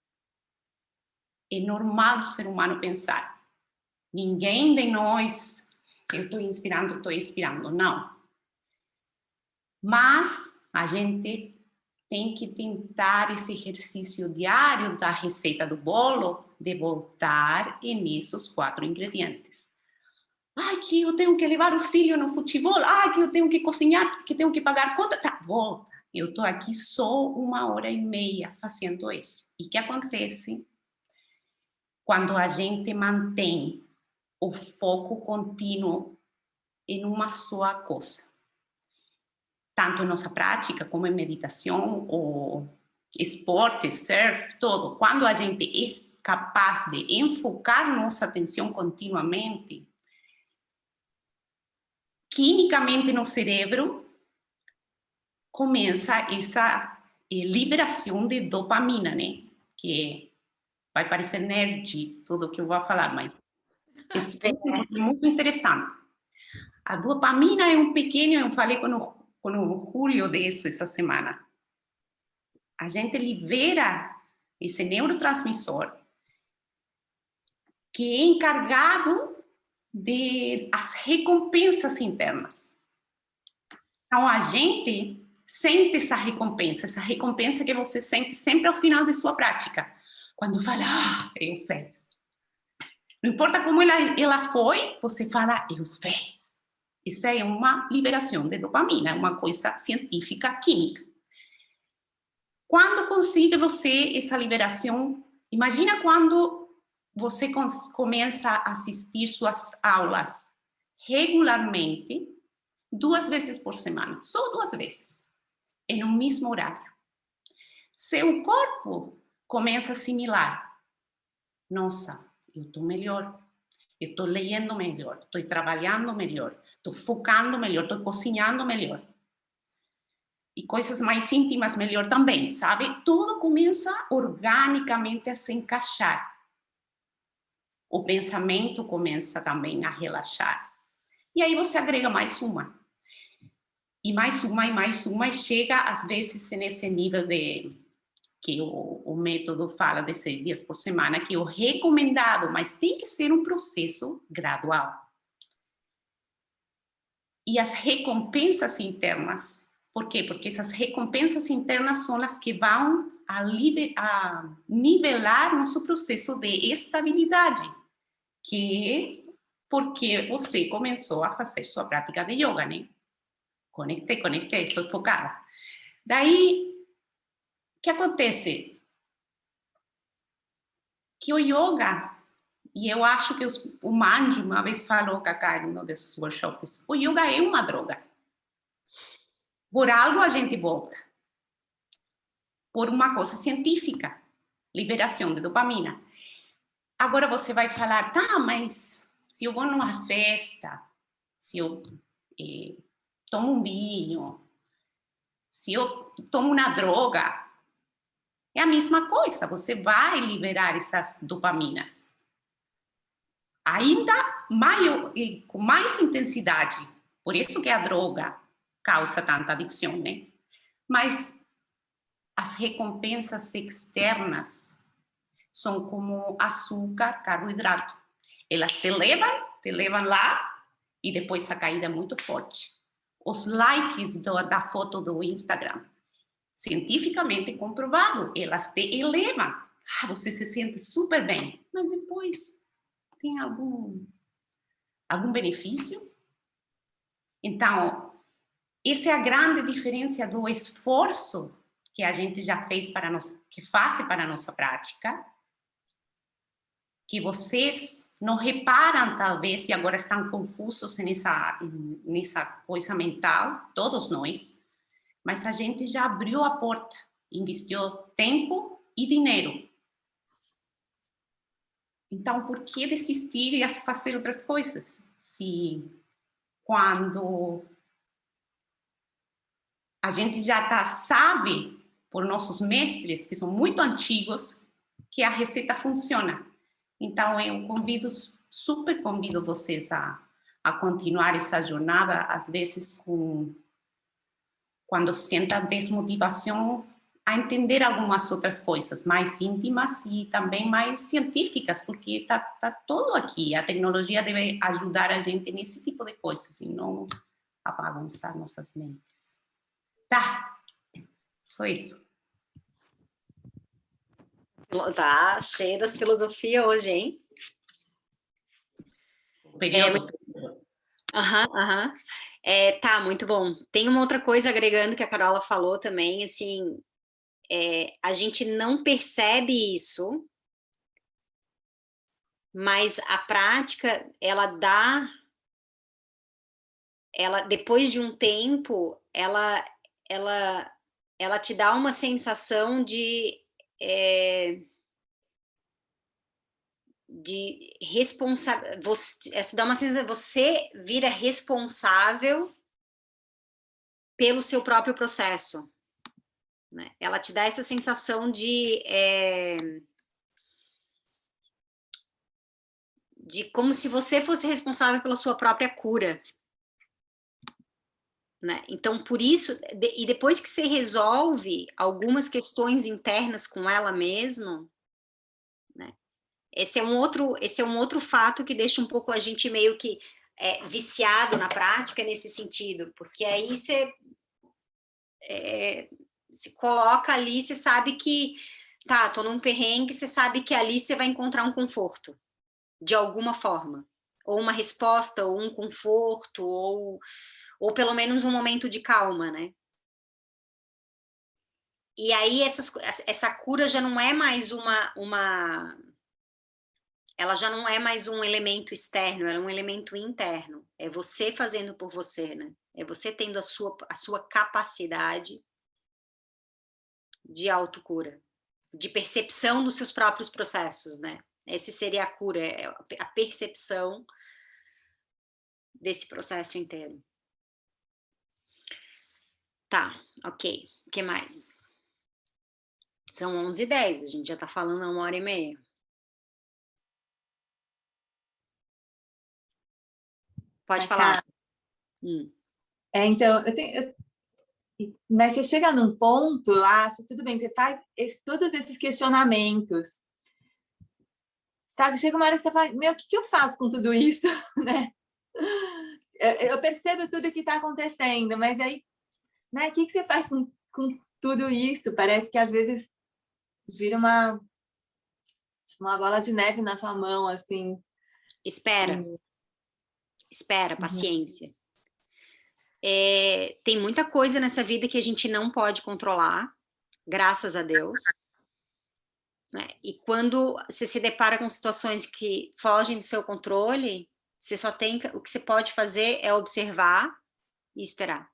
É normal do ser humano pensar. Ninguém de nós, eu estou inspirando, estou expirando, não. Mas a gente tem que tentar esse exercício diário da receita do bolo, de voltar nesses quatro ingredientes. Ai, que eu tenho que levar o filho no futebol. Ai, que eu tenho que cozinhar, que tenho que pagar conta. Tá, volta. Eu estou aqui só uma hora e meia fazendo isso. E o que acontece quando a gente mantém o foco contínuo em uma só coisa? Tanto em nossa prática, como em meditação, ou esporte, surf, todo. Quando a gente é capaz de enfocar nossa atenção continuamente, quimicamente no cérebro, começa essa eh, liberação de dopamina, né? Que vai parecer nerd tudo que eu vou falar, mas é muito interessante. A dopamina é um pequeno, eu falei com o, com o Julio disso essa semana. A gente libera esse neurotransmissor que é encarregado de as recompensas internas. Então, a gente sente essa recompensa, essa recompensa que você sente sempre ao final de sua prática. Quando fala, ah, eu fiz. Não importa como ela, ela foi, você fala, eu fiz. Isso é uma liberação de dopamina, é uma coisa científica, química. Quando consegue você essa liberação, imagina quando você começa a assistir suas aulas regularmente, duas vezes por semana, só duas vezes, em um mesmo horário. Seu corpo começa a assimilar. Nossa, eu estou melhor, eu estou lendo melhor, estou trabalhando melhor, estou focando melhor, estou cozinhando melhor. E coisas mais íntimas melhor também, sabe? Tudo começa organicamente a se encaixar. O pensamento começa também a relaxar. E aí você agrega mais uma. E mais uma, e mais uma, e chega às vezes nesse nível de que o, o método fala de seis dias por semana, que é o recomendado, mas tem que ser um processo gradual. E as recompensas internas, por quê? Porque essas recompensas internas são as que vão a, a nivelar nosso processo de estabilidade, que é porque você começou a fazer sua prática de yoga, né? Conectei, conectei, estou focada. Daí, o que acontece? Que o yoga, e eu acho que os, o Manju uma vez falou, Cacá, em um desses workshops, o yoga é uma droga. Por algo a gente volta. Por uma coisa científica, liberação de dopamina. Agora você vai falar, tá, mas se eu vou numa festa, se eu eh, tomo um vinho, se eu tomo uma droga, É a mesma coisa, você vai liberar essas dopaminas. Ainda maior, com mais intensidade. Por isso que a droga causa tanta adicção, né? Mas as recompensas externas são como açúcar, carboidrato. Elas te levam, te levam lá e depois a caída é muito forte. Os likes do, da foto do Instagram, cientificamente comprovado, elas te elevam. Ah, você se sente super bem, mas depois tem algum, algum benefício? Então, essa é a grande diferença do esforço que a gente já fez para nós, que faz para a nossa prática, que vocês não reparam, talvez, e agora estão confusos nessa, nessa coisa mental, todos nós, mas a gente já abriu a porta, investiu tempo e dinheiro. Então, por que desistir e fazer outras coisas? Se quando a gente já tá, sabe, por nossos mestres, que são muito antigos, que a receita funciona. Então, eu convido, super convido vocês a, a continuar essa jornada, às vezes, com, quando senta desmotivação, a entender algumas outras coisas mais íntimas e também mais científicas, porque está tá tudo aqui. A tecnologia deve ajudar a gente nesse tipo de coisas, e não a bagunçar nossas mentes. Tá, só isso. Tá cheio das filosofias hoje, hein? O período. Aham, é, aham. É, tá, muito bom. Tem uma outra coisa agregando que a Carola falou também, assim, é, a gente não percebe isso, mas a prática, ela dá, ela, depois de um tempo, ela, ela, ela te dá uma sensação de, é, de responsável, você, essa dá uma sensação, você vira responsável pelo seu próprio processo, né? Ela te dá essa sensação de, é, de como se você fosse responsável pela sua própria cura, né? Então, por isso, de, e depois que você resolve algumas questões internas com ela mesma, né? Esse é um outro, esse é um outro fato que deixa um pouco a gente meio que é, viciado na prática nesse sentido, porque aí você, é, você coloca ali, você sabe que, tá, tô num perrengue, você sabe que ali você vai encontrar um conforto, de alguma forma, ou uma resposta, ou um conforto, ou, ou pelo menos um momento de calma, né? E aí essas, essa cura já não é mais uma, uma... ela já não é mais um elemento externo, ela é um elemento interno. É você fazendo por você, né? É você tendo a sua, a sua capacidade de autocura, de percepção dos seus próprios processos, né? Esse seria a cura, é a percepção desse processo inteiro. Tá, ok. O que mais? São onze e dez, a gente já tá falando há uma hora e meia. Pode Tá, falar. Hum. É, então, eu tenho... Eu... Mas você chega num ponto, eu acho, tudo bem, você faz esse, todos esses questionamentos. Sabe, chega uma hora que você fala, meu, o que, que eu faço com tudo isso, né? Eu, eu percebo tudo que está acontecendo, mas aí, né, o que, que você faz com, com tudo isso? Parece que às vezes vira uma, tipo, uma bola de neve na sua mão, assim. Espera. E... Espera, paciência. Uhum. É, tem muita coisa nessa vida que a gente não pode controlar, graças a Deus. Né? E quando você se depara com situações que fogem do seu controle, você só tem, o que você pode fazer é observar e esperar.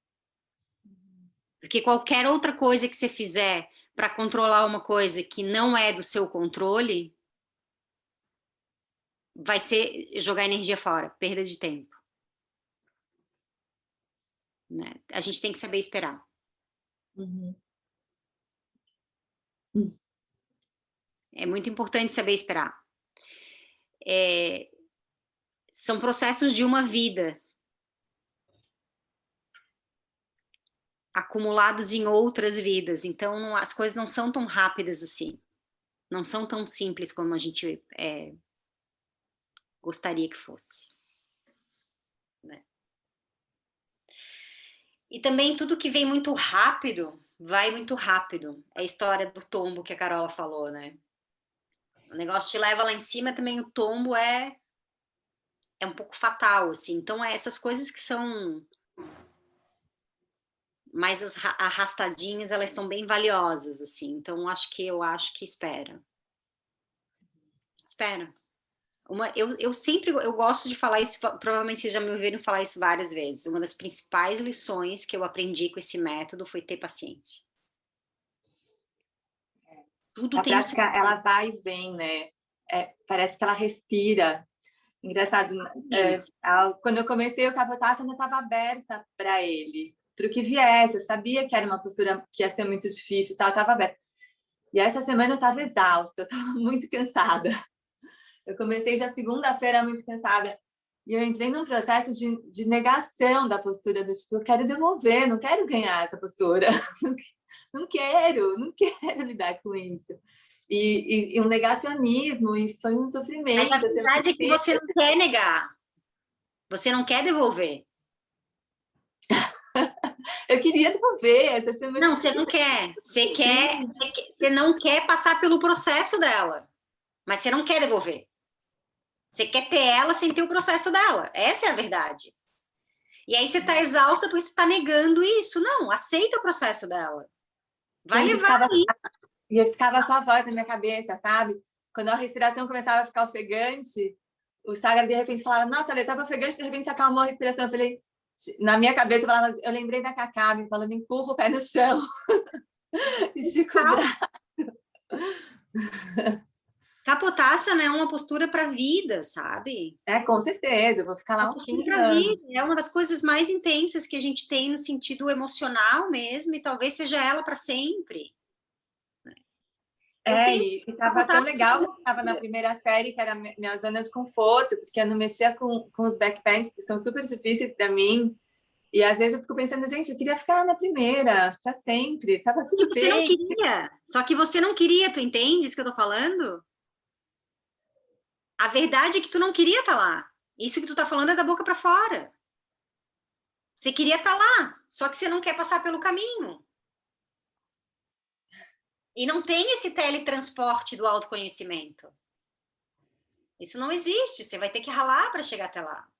Porque qualquer outra coisa que você fizer para controlar uma coisa que não é do seu controle, vai ser jogar energia fora, perda de tempo. Né? A gente tem que saber esperar. Uhum. É muito importante saber esperar. É, são processos de uma vida, acumulados em outras vidas, então não, as coisas não são tão rápidas assim, não são tão simples como a gente é, gostaria que fosse. Né? E também tudo que vem muito rápido, vai muito rápido. É a história do tombo que a Carola falou, né? O negócio te leva lá em cima, também o tombo é, é um pouco fatal, assim. Então, é essas coisas que são mais as arrastadinhas, elas são bem valiosas, assim. Então, acho que eu acho que espera. Espera. Uma, eu, eu sempre eu gosto de falar isso, provavelmente vocês já me ouviram falar isso várias vezes. Uma das principais lições que eu aprendi com esse método foi ter paciência. Tudo a tem prática, um ela vai e vem, né? É, parece que ela respira. Engraçado, é, quando eu comecei o Capotassa, eu não estava aberta para ele, para o que viesse. Eu sabia que era uma postura que ia ser muito difícil, tal, eu estava aberta. E essa semana eu estava exausta, eu estava muito cansada. Eu comecei já segunda-feira muito cansada. E eu entrei num processo de, de negação da postura, do tipo, eu quero devolver, não quero ganhar essa postura. Não quero, não quero lidar com isso. E, e, e um negacionismo, e foi um sofrimento. Mas a verdade é que você não quer negar. Você não quer devolver. Eu queria devolver. Essa semana... Não, você não quer. Você quer, você não quer passar pelo processo dela. Mas você não quer devolver. Você quer ter ela sem ter o processo dela. Essa é a verdade. E aí você está exausta porque você está negando isso. Não, aceita o processo dela. Vai Gente, levar ficava, aí. E ficava só a voz na minha cabeça, sabe? Quando a respiração começava a ficar ofegante, o Sagra de repente falava, nossa, ela estava ofegante, de repente se acalmou a respiração. Eu falei, na minha cabeça, eu, falava, eu lembrei da Cacá me falando, empurra o pé no chão. Estica o braço. Capotassa, né, é uma postura para a vida, sabe? É, com certeza, eu vou ficar lá uns quinze anos. É uma das coisas mais intensas que a gente tem no sentido emocional mesmo, e talvez seja ela para sempre. É, e estava tão legal que estava na primeira série, que era minha zona de conforto, porque eu não mexia com, com os backpacks, que são super difíceis para mim. E às vezes eu fico pensando, gente, eu queria ficar na primeira, para sempre, estava tudo e você bem. Não queria, só que você não queria, tu entende isso que eu tô falando? A verdade é que tu não queria estar lá. Isso que tu tá falando é da boca para fora. Você queria estar lá, só que você não quer passar pelo caminho. E não tem esse teletransporte do autoconhecimento. Isso não existe, você vai ter que ralar para chegar até lá.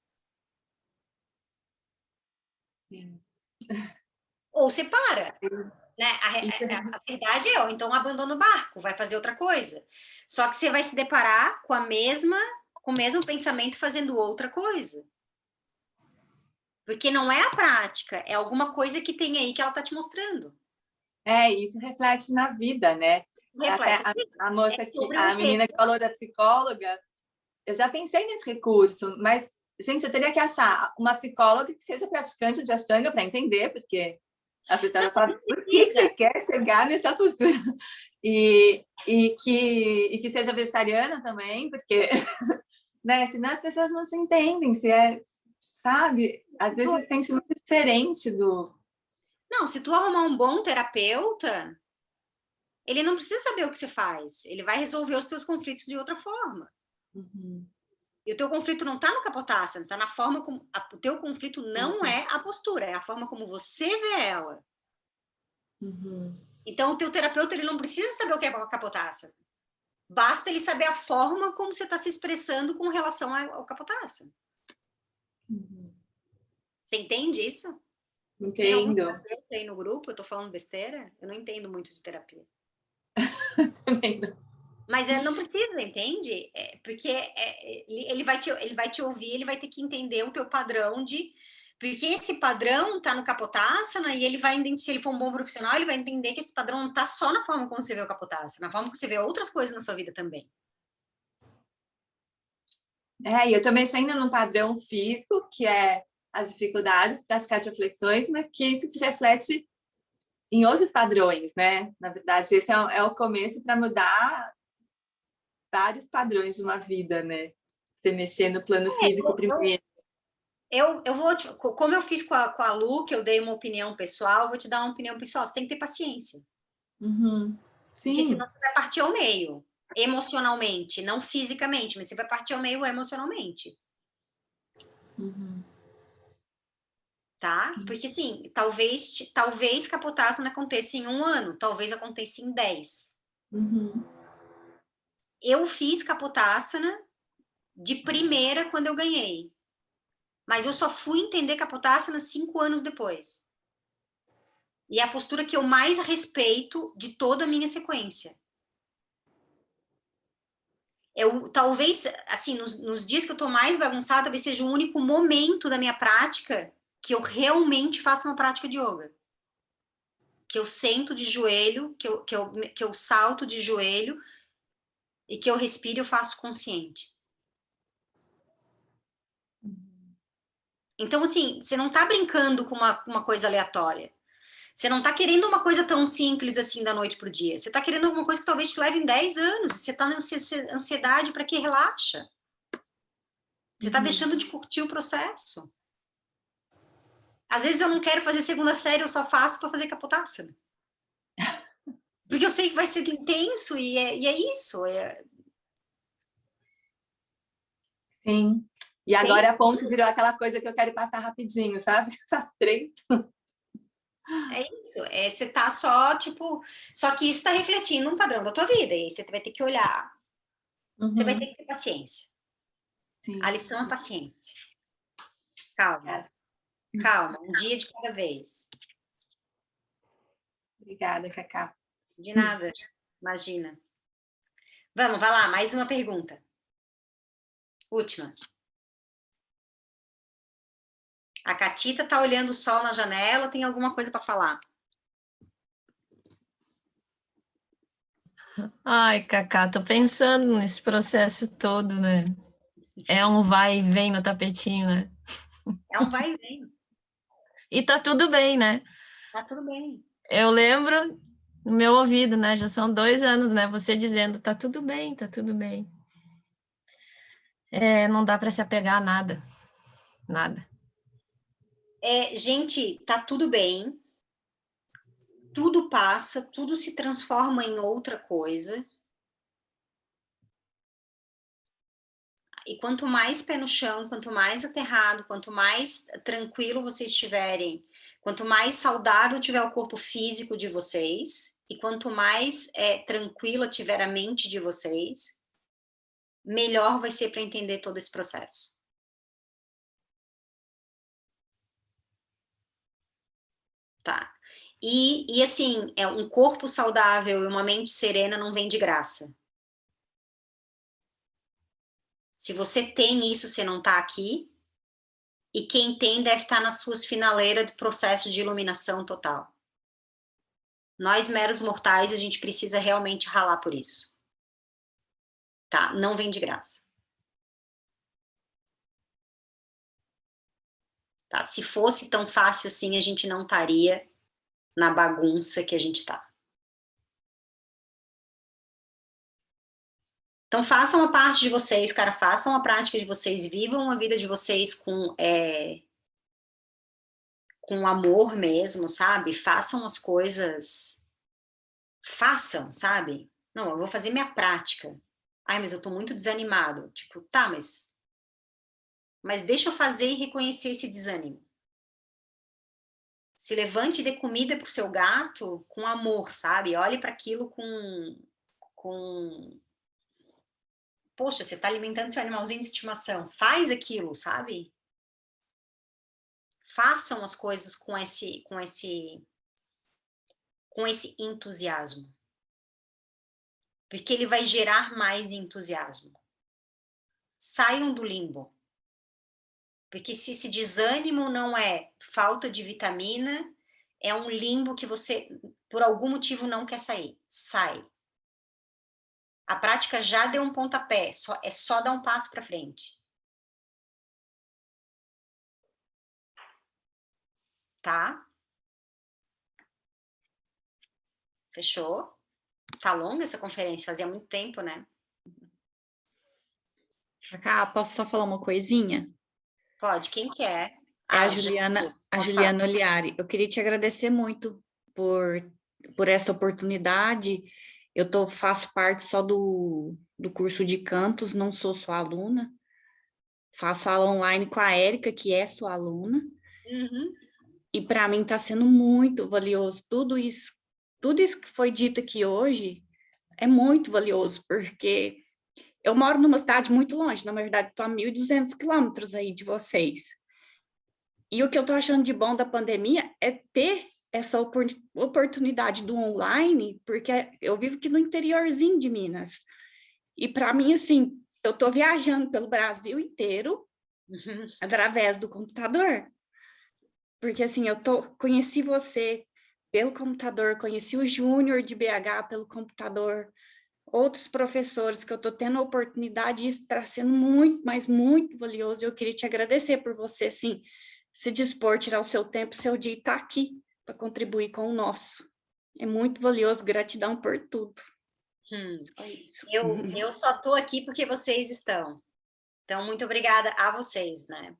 Sim. Ou você para. Né? A, a, a verdade é, ou então abandona o barco, vai fazer outra coisa. Só que você vai se deparar com a mesma, com o mesmo pensamento fazendo outra coisa. Porque não é a prática, é alguma coisa que tem aí que ela está te mostrando. É, isso reflete na vida, né? Reflete. Até a, a moça, é que, a menina que falou da psicóloga, eu já pensei nesse recurso, mas, gente, eu teria que achar uma psicóloga que seja praticante de Ashtanga para entender, porque a pessoa vai falar, por que você quer chegar nessa postura? E, e, que, e que seja vegetariana também, porque né, senão as pessoas não te entendem, se é, sabe? Às vezes você se sente muito diferente do... Não, se tu arrumar um bom terapeuta, ele não precisa saber o que você faz, ele vai resolver os teus conflitos de outra forma. Uhum. E o teu conflito não está no capotaça, está na forma como... A, o teu conflito não uhum. é a postura, é a forma como você vê ela. Uhum. Então, o teu terapeuta ele não precisa saber o que é capotaça. Basta ele saber a forma como você está se expressando com relação ao capotaça. Uhum. Você entende isso? Entendo. Tem aí no grupo, eu tô falando besteira? Eu não entendo muito de terapia. Também não. Mas é, não precisa, entende? É, porque é, ele, vai te, ele vai te ouvir, ele vai ter que entender o teu padrão de... Porque esse padrão tá no Kapotasana e ele vai, se ele for um bom profissional, ele vai entender que esse padrão não tá só na forma como você vê o Kapotasana, na forma como você vê outras coisas na sua vida também. É, e eu tô mexendo num padrão físico, que é as dificuldades para as retroflexões, mas que isso se reflete em outros padrões, né? Na verdade, esse é, é o começo para mudar vários padrões de uma vida, né? Você mexer no plano físico primeiro. Eu, eu vou, te, como eu fiz com a, com a Lu, que eu dei uma opinião pessoal, eu vou te dar uma opinião pessoal. Você tem que ter paciência. Uhum. Sim. Porque senão você vai partir ao meio, emocionalmente, não fisicamente, mas você vai partir ao meio emocionalmente. Uhum. Tá? Sim. Porque, assim, talvez, talvez Capotássina aconteça em um ano, talvez aconteça em dez. Uhum. Eu fiz Capotássina de primeira quando eu ganhei. Mas eu só fui entender Capotássina cinco anos depois. E é a postura que eu mais respeito de toda a minha sequência. Eu, talvez, assim, nos, nos dias que eu tô mais bagunçada, talvez seja o único momento da minha prática que eu realmente faço uma prática de yoga. Que eu sento de joelho, que eu, que eu, que eu salto de joelho e que eu respiro e eu faço consciente. Então, assim, você não tá brincando com uma, uma coisa aleatória. Você não tá querendo uma coisa tão simples assim da noite pro dia. Você tá querendo alguma coisa que talvez te leve em dez anos. Você tá na ansiedade para que relaxa. Você tá Uhum. deixando de curtir o processo. Às vezes eu não quero fazer segunda série, eu só faço para fazer Capotássina. Porque eu sei que vai ser intenso e é, e é isso. É... Sim. E agora Sim. a ponte virou aquela coisa que eu quero passar rapidinho, sabe? Essas três. É isso. É, você tá só, tipo... Só que isso tá refletindo um padrão da tua vida. E aí você vai ter que olhar. Uhum. Você vai ter que ter paciência. Sim. A lição é paciência. Calma. Calma. Um dia de cada vez. Obrigada, Cacá. De nada. Imagina. Vamos, vai lá. Mais uma pergunta. Última. A Catita tá olhando o sol na janela, tem alguma coisa para falar? Ai, Cacá, tô pensando nesse processo todo, né? É um vai e vem no tapetinho, né? É um vai e vem. E tá tudo bem, né? Tá tudo bem. Eu lembro no meu ouvido, né? Já são dois anos, né? Você dizendo, tá tudo bem, tá tudo bem. É, não dá para se apegar a nada. Nada. É, gente, tá tudo bem. Tudo passa, tudo se transforma em outra coisa. E quanto mais pé no chão, quanto mais aterrado, quanto mais tranquilo vocês estiverem, quanto mais saudável tiver o corpo físico de vocês, e quanto mais é, tranquila tiver a mente de vocês, melhor vai ser para entender todo esse processo. Tá. E, e assim, é um corpo saudável e uma mente serena não vem de graça. Se você tem isso, você não está aqui. E quem tem deve estar nas suas finaleiras do processo de iluminação total. Nós, meros mortais, a gente precisa realmente ralar por isso. Tá? Não vem de graça. Tá? Se fosse tão fácil assim, a gente não estaria na bagunça que a gente está. Então, façam a parte de vocês, cara, façam a prática de vocês, vivam a vida de vocês com, é, com amor mesmo, sabe? Façam as coisas, façam, sabe? Não, eu vou fazer minha prática. Ai, mas eu tô muito desanimado. Tipo, tá, mas... Mas deixa eu fazer e reconhecer esse desânimo. Se levante e dê comida pro seu gato com amor, sabe? Olhe para aquilo com... com poxa, você está alimentando seu animalzinho de estimação, faz aquilo, sabe? Façam as coisas com esse, com esse, com esse entusiasmo, porque ele vai gerar mais entusiasmo. Saiam do limbo, porque se esse desânimo não é falta de vitamina, é um limbo que você, por algum motivo, não quer sair. Sai. A prática já deu um pontapé, só, é só dar um passo para frente. Tá? Fechou? Tá longa essa conferência, fazia muito tempo, né? Cacá, posso só falar uma coisinha? Pode, quem que é? A Ah, Juliana, Ju. a Pode Juliana Oliari. Eu queria te agradecer muito por, por essa oportunidade. Eu tô, faço parte só do, do curso de cantos, não sou sua aluna. Faço aula online com a Érica, que é sua aluna. Uhum. E para mim está sendo muito valioso. Tudo isso, tudo isso que foi dito aqui hoje é muito valioso, porque eu moro numa cidade muito longe, na verdade, estou a mil e duzentos quilômetros aí de vocês. E o que eu estou achando de bom da pandemia é ter essa opor- oportunidade do online, porque eu vivo aqui no interiorzinho de Minas. E para mim, assim, eu estou viajando pelo Brasil inteiro Uhum. através do computador. Porque, assim, eu tô, conheci você pelo computador, conheci o Júnior de B H pelo computador, outros professores que eu tô tendo a oportunidade, e isso está sendo muito, mas muito valioso. Eu queria te agradecer por você, assim, se dispor, tirar o seu tempo, seu dia e estar aqui para contribuir com o nosso. É muito valioso, gratidão por tudo. Hum. É isso. Eu, eu só estou aqui porque vocês estão. Então, muito obrigada a vocês, né?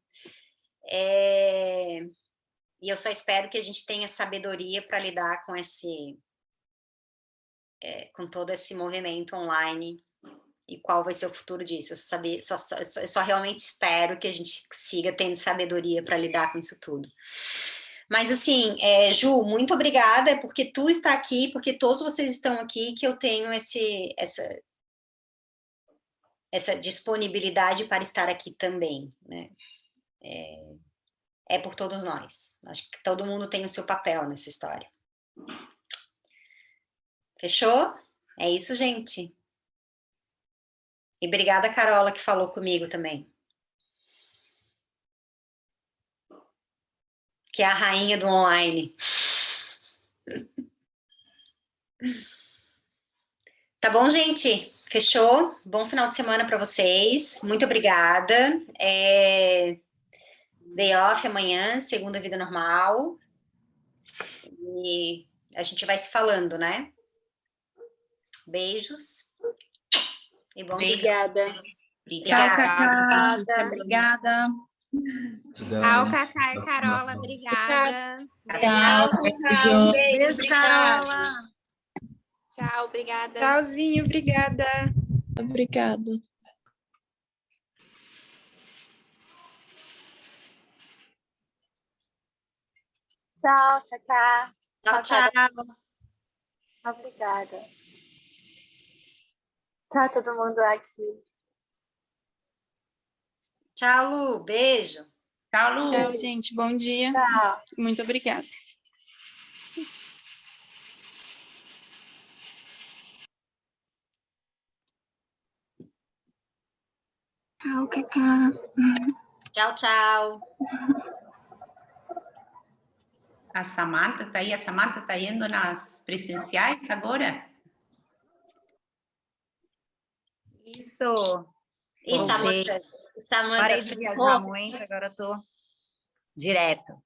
É... E eu só espero que a gente tenha sabedoria para lidar com esse, é, com todo esse movimento online e qual vai ser o futuro disso. Eu, saber, só, só, eu só realmente espero que a gente siga tendo sabedoria para lidar com isso tudo. Mas assim, é, Ju, muito obrigada, é porque tu está aqui, porque todos vocês estão aqui, que eu tenho esse, essa, essa disponibilidade para estar aqui também, né? É, é por todos nós. Acho que todo mundo tem o seu papel nessa história. Fechou? É isso, gente. E obrigada, Carola, que falou comigo também. Que é a rainha do online. Tá bom, gente? Fechou? Bom final de semana para vocês. Muito obrigada. É... Day off amanhã, segunda vida normal. E a gente vai se falando, né? Beijos. E bom Obrigada. Obrigada. Tchau, Cacá. Obrigada. Tchau, Cacá e Carola, obrigada. Tchau, Beijo, beijo, Carola. Tchau, obrigada. Tchauzinho, obrigada. Obrigada. Tchau, Cacá. Tchau, tchau. Obrigada. Tchau, todo mundo aqui. Tchau, Lu. Beijo. Tchau, Lu. Tchau, gente. Bom dia. Tchau. Muito obrigada. Tchau, Cacá. Tchau, tchau. A Samantha está aí. A Samantha está indo nas presenciais agora? Isso. E Voltei. Samantha? Samantha Parei de ferrou. viajar muito, agora eu tô direto.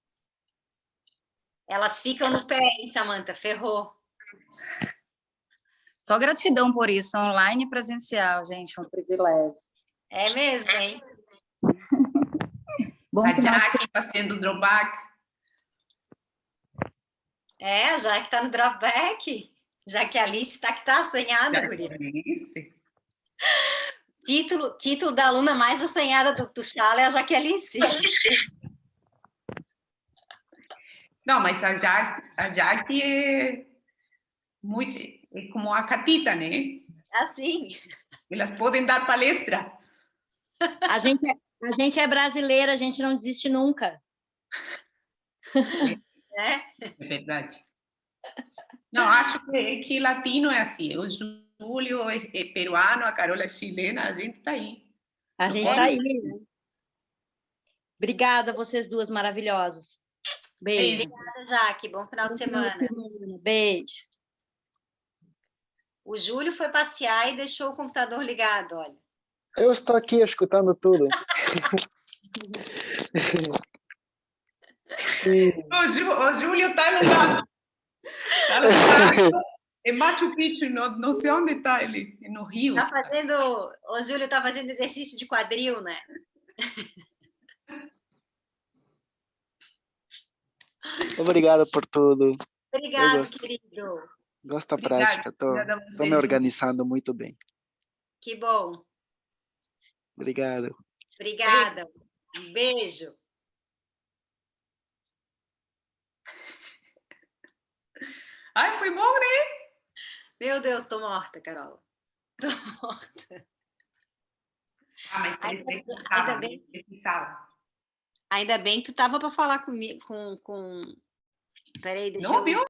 Elas ficam no pé, hein, Samantha? Ferrou. Só gratidão por isso, online e presencial, gente, um privilégio. É mesmo, hein? Bom A final de Jaque fazendo drawback. É, já que tá no drawback. Já que a Alice tá que tá assanhada, guria. Título, título da aluna mais assanhada do, do Chala é a Jaquelice. Não, mas a Jaque, a Jaque é, muito, é como a Catita, né? Assim. Elas podem dar palestra. A gente, é, a gente é brasileira, a gente não desiste nunca. É, é verdade. Não, acho que, que latino é assim. O Júlio é, é peruano, a Carola é chilena, a gente está aí. A gente está aí. Obrigada, vocês duas maravilhosas. Beijo. Obrigada, Jaque. Bom final de semana. Beijo. O Júlio foi passear e deixou o computador ligado, olha. Eu estou aqui escutando tudo. E... o, Jú, o Júlio está no lado. Ela tá em Machu Picchu, não, não sei onde está ele, no Rio. Tá fazendo, o Júlio tá fazendo exercício de quadril, né? Obrigado por tudo. Obrigado, gosto. querido. Gosto da Obrigada, prática, tô, obrigada a tô você, me Júlio. organizando muito bem. Que bom. Obrigado. Obrigada. Um beijo. Ai, foi bom, né? Meu Deus, tô morta, Carol. Tô morta. Ah, mas Ainda, precisava, ainda bem, precisava. ainda bem que tu tava para falar comigo, com, com... Peraí, deixa Não, eu... viu?